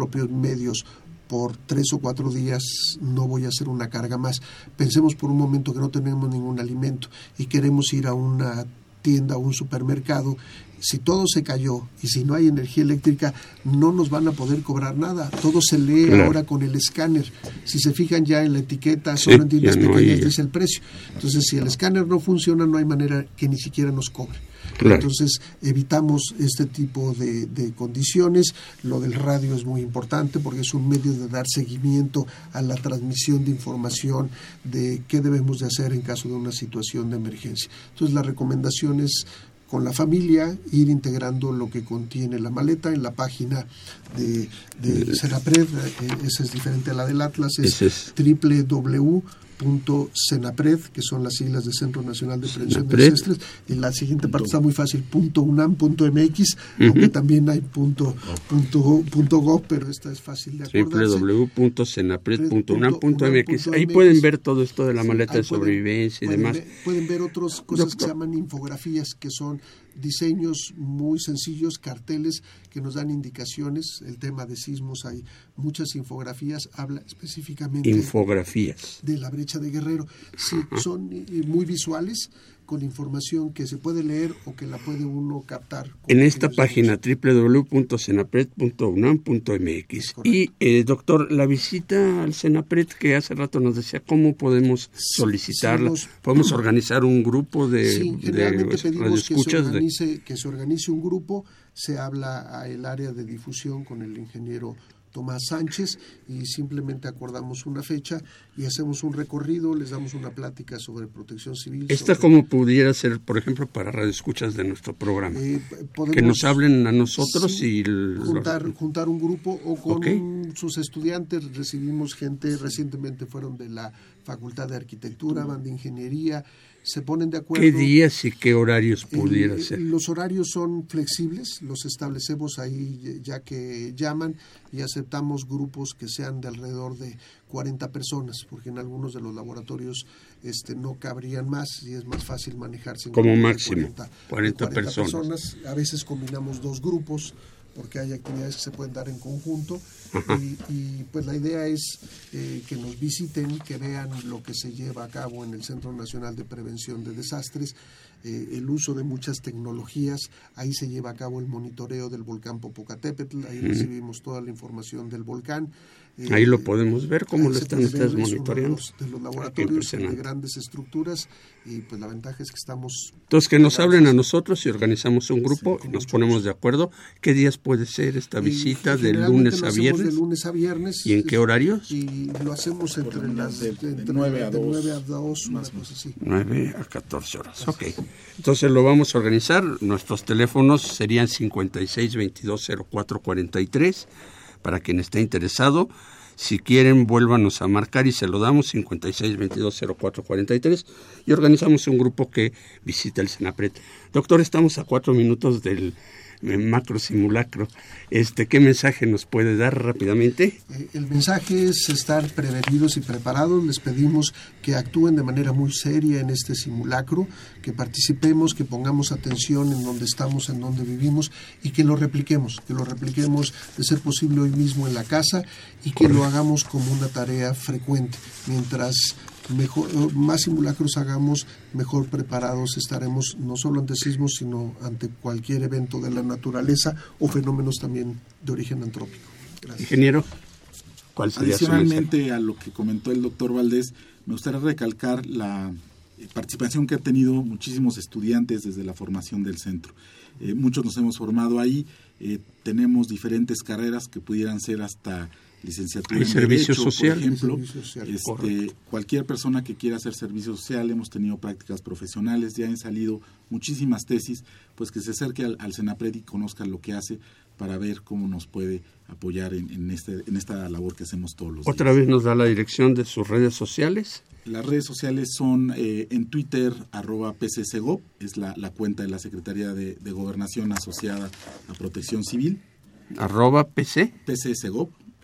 medios por tres o cuatro días no voy a hacer una carga más. Pensemos por un momento que no tenemos ningún alimento y queremos ir a una tienda o un supermercado. Si todo se cayó y si no hay energía eléctrica, no nos van a poder cobrar nada. Todo se lee claro. ahora con el escáner. Si se fijan ya en la etiqueta, sí, solo en tiendas no pequeñas dice el precio. Entonces, si el escáner no funciona, no hay manera que ni siquiera nos cobre. Claro. Entonces, evitamos este tipo de, de condiciones. Lo del radio es muy importante porque es un medio de dar seguimiento a la transmisión de información de qué debemos de hacer en caso de una situación de emergencia. Entonces, la recomendación es con la familia ir integrando lo que contiene la maleta en la página de, de Senapred. Esa es diferente a la del Atlas, es, es. doble u doble u doble u punto senapred, que son las siglas de Centro Nacional de Prevención de Desastres, y la siguiente parte está muy fácil, punto unam punto mx, uh-huh. aunque también hay punto, punto, punto gov, pero esta es fácil de acordarse. doble u doble u doble u punto senapred punto unam punto mx. Ahí pueden ver todo esto de la maleta sí, de sobrevivencia pueden, y demás. Pueden ver, pueden ver otras cosas Doctor. que se llaman infografías, que son diseños muy sencillos, carteles que nos dan indicaciones. El tema de sismos, hay muchas infografías, habla específicamente infografías de la brecha de Guerrero. Sí, son muy visuales, con información que se puede leer o que la puede uno captar. En esta página doble u doble u doble u punto senapred punto unam punto mx. Y, eh, doctor, la visita al Senapred, que hace rato nos decía, ¿cómo podemos solicitarla? Sí, los, ¿Podemos organizar un grupo de, sí, generalmente de pedimos que se, organice, de... que se organice un grupo, se habla al área de difusión con el ingeniero Tomás Sánchez y simplemente acordamos una fecha y hacemos un recorrido, les damos una plática sobre protección civil. ¿Esta sobre... cómo pudiera ser, por ejemplo, para radioescuchas de nuestro programa? Eh, podemos, que nos hablen a nosotros sí, y... El... Juntar, juntar un grupo o con okay. un, sus estudiantes. Recibimos gente, recientemente fueron de la Facultad de Arquitectura, van de Ingeniería, se ponen de acuerdo. ¿Qué días y qué horarios pudiera eh, ser? Los horarios son flexibles, los establecemos ahí ya que llaman y aceptamos grupos que sean de alrededor de cuarenta personas, porque en algunos de los laboratorios este no cabrían más y es más fácil manejarse en como máximo cuarenta, cuarenta, cuarenta personas. personas. A veces combinamos dos grupos porque hay actividades que se pueden dar en conjunto y, y pues la idea es eh, que nos visiten, que vean lo que se lleva a cabo en el Centro Nacional de Prevención de Desastres, eh, el uso de muchas tecnologías. Ahí se lleva a cabo el monitoreo del volcán Popocatépetl, ahí uh-huh. recibimos toda la información del volcán. Eh, ahí lo podemos ver, cómo lo están ustedes monitoreando. Es uno de los, de los laboratorios de grandes estructuras y pues la ventaja es que estamos... Entonces que nos hablen a nosotros y organizamos un grupo sí, y nos ponemos gusto. de acuerdo. ¿Qué días puede ser esta visita? ¿De lunes a viernes? De lunes a viernes. ¿Y en qué horarios? Y lo hacemos entre las de, de, de nueve a dos, más cosas así. nueve a catorce horas, ok. Entonces lo vamos a organizar. Nuestros teléfonos serían cincuenta y seis veintidós cero cuatro cuarenta y tres para quien esté interesado. Si quieren, vuélvanos a marcar y se lo damos, cincuenta y seis veintidós cero cuatro cuarenta y tres, y organizamos un grupo que visita el Senapred. Doctor, estamos a cuatro minutos del macro simulacro. Este, ¿qué mensaje nos puede dar rápidamente? El mensaje es estar prevenidos y preparados. Les pedimos que actúen de manera muy seria en este simulacro, que participemos, que pongamos atención en donde estamos, en donde vivimos y que lo repliquemos, que lo repliquemos de ser posible hoy mismo en la casa y que lo hagamos como una tarea frecuente. Mientras mejor, más simulacros hagamos, mejor preparados estaremos, no solo ante sismos, sino ante cualquier evento de la naturaleza o fenómenos también de origen antrópico. Gracias. Ingeniero, ¿cuál sería su mensaje? Adicionalmente a lo que comentó el doctor Valdés, me gustaría recalcar la participación que han tenido muchísimos estudiantes desde la formación del centro. Eh, muchos nos hemos formado ahí, eh, tenemos diferentes carreras que pudieran ser hasta licenciatura en servicio Derecho, social, por ejemplo. Servicio social, este, cualquier persona que quiera hacer servicio social, hemos tenido prácticas profesionales, ya han salido muchísimas tesis, pues que se acerque al, al Senapred y conozca lo que hace para ver cómo nos puede apoyar en, en, este, en esta labor que hacemos todos los días. ¿Otra vez nos da la dirección de sus redes sociales? Las redes sociales son eh, en Twitter, arroba P C C Gov, es la, la cuenta de la Secretaría de, de Gobernación asociada a Protección Civil. Arroba P C. P C S Gov.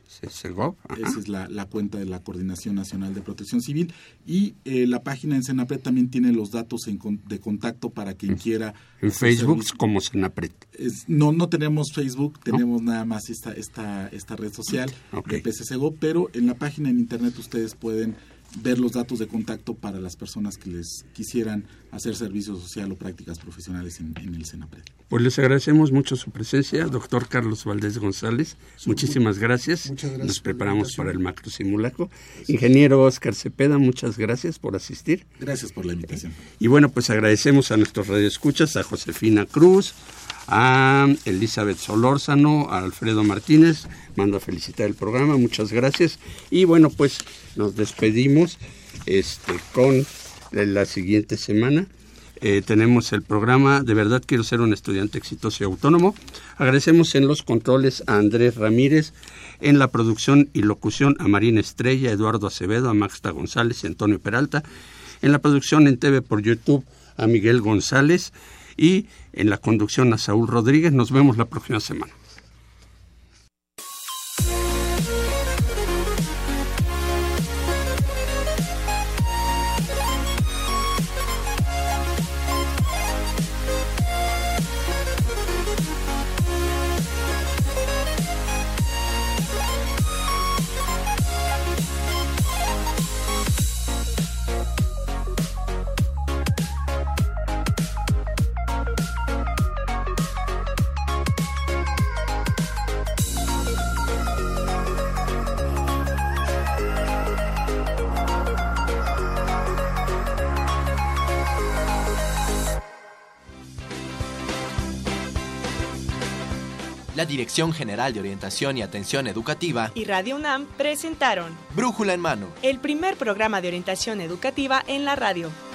Segov, esa es la, la cuenta de la Coordinación Nacional de Protección Civil, y eh, la página en Senapred también tiene los datos en, de contacto para quien quiera. En Facebook servicio. Como Senapred. Es, no, no tenemos Facebook, tenemos ¿no? nada más esta, esta, esta red social okay. de P C Segov, pero en la página en internet ustedes pueden ver los datos de contacto para las personas que les quisieran hacer servicio social o prácticas profesionales en, en el Senapred. Pues les agradecemos mucho su presencia, doctor Carlos Valdés González. Sí, muchísimas gracias. Muchas gracias. Nos preparamos para el macro simulacro. Sí. Ingeniero Oscar Cepeda, muchas gracias por asistir. Gracias por la invitación. Y bueno, pues agradecemos a nuestros radioescuchas, a Josefina Cruz, a Elizabeth Solórzano, a Alfredo Martínez. Mando a felicitar el programa, muchas gracias. Y bueno, pues nos despedimos este, con la siguiente semana. Eh, tenemos el programa De verdad quiero ser un estudiante exitoso y autónomo. Agradecemos en los controles a Andrés Ramírez, en la producción y locución a Marina Estrella, Eduardo Acevedo, a Maxta González y Antonio Peralta, en la producción en T V por YouTube a Miguel González y en la conducción a Saúl Rodríguez. Nos vemos la próxima semana. La Dirección General de Orientación y Atención Educativa y Radio UNAM presentaron Brújula en Mano, el primer programa de orientación educativa en la radio.